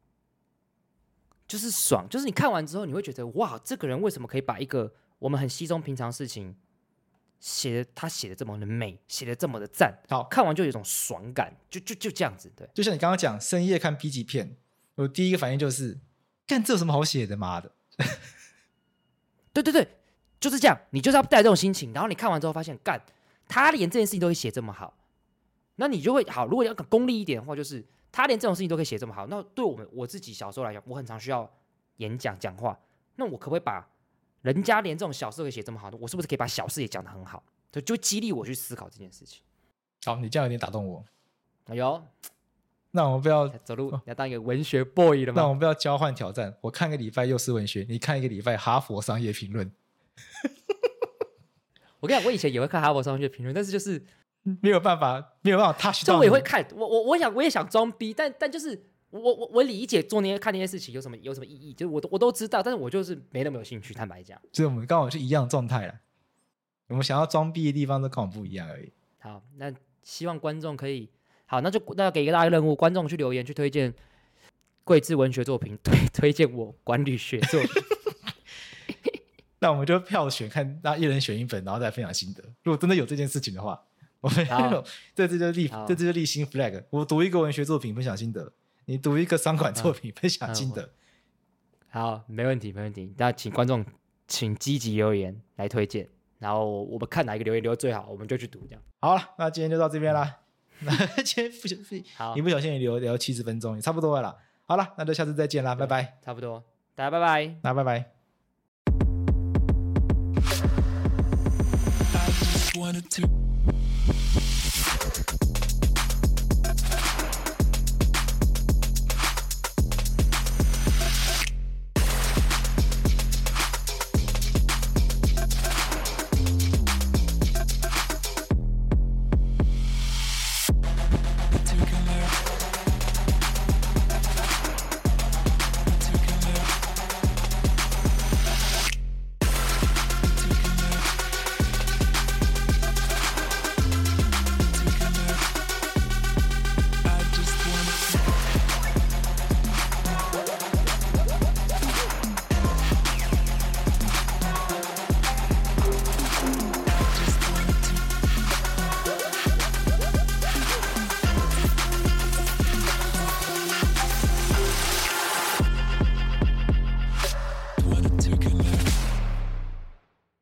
就是爽，就是你看完之后，你会觉得哇，这个人为什么可以把一个我们很稀松平常的事情写的，他写的这么的美，写的这么的赞， 好看完就有一种爽感，就就就这样子，对。 就像你刚刚讲深夜看 B 级片，我第一个反应就是，干这有什么好写的，妈的！ 对对对，就是这样，你就是要带这种心情，然后你看完之后发现，干他连这件事情都会写这么好，那你就会好。如果要功利一点的话，就是。他连这种事情都可以写这么好，那对我们我自己小时候来讲，我很常需要演讲讲话，那我可不可以把人家连这种小事都可以写这么好的，我是不是可以把小事也讲得很好？就就激励我去思考这件事情。 好，你这样有点打动我。 哎呦， 那我们不要走路，你要当一个文学 boy 了吗？ 那我们不要交换挑战，我看一个礼拜幼师文学，你看一个礼拜哈佛商业评论。 我跟你讲，我以前也会看哈佛商学评论，但是就是没有办法，没有办法 touch 就到。 我也会看，我我我想我也想装逼，但但就是我我我理解做那些看那些事情有什么有什么意义，就是我都我都知道，但是我就是没那么有兴趣，坦白讲。 所以我们刚好是一样的状态了，我们想要装逼的地方都刚好不一样而已。 好，那希望观众可以好，那就那给一个大家任务，观众去留言去推荐贵志文学作品，推推荐我管理学作品。 那我们就票选，看大家一人选一本，然后再分享心得。如果真的有这件事情的话，我们这次就立这次就立新 flag。我读一个文学作品分享心得，你读一个商管作品分享心得。 好，没问题，没问题。那请观众请积极留言来推荐，然后我们看哪一个留言留的最好，我们就去读这样。 好了，那今天就到这边啦。那今天不小心，一不小心也聊聊七十分钟，也差不多了啦。好了，那就下次再见啦，拜拜。 差不多，大家拜拜。 那拜拜。 I just wanted to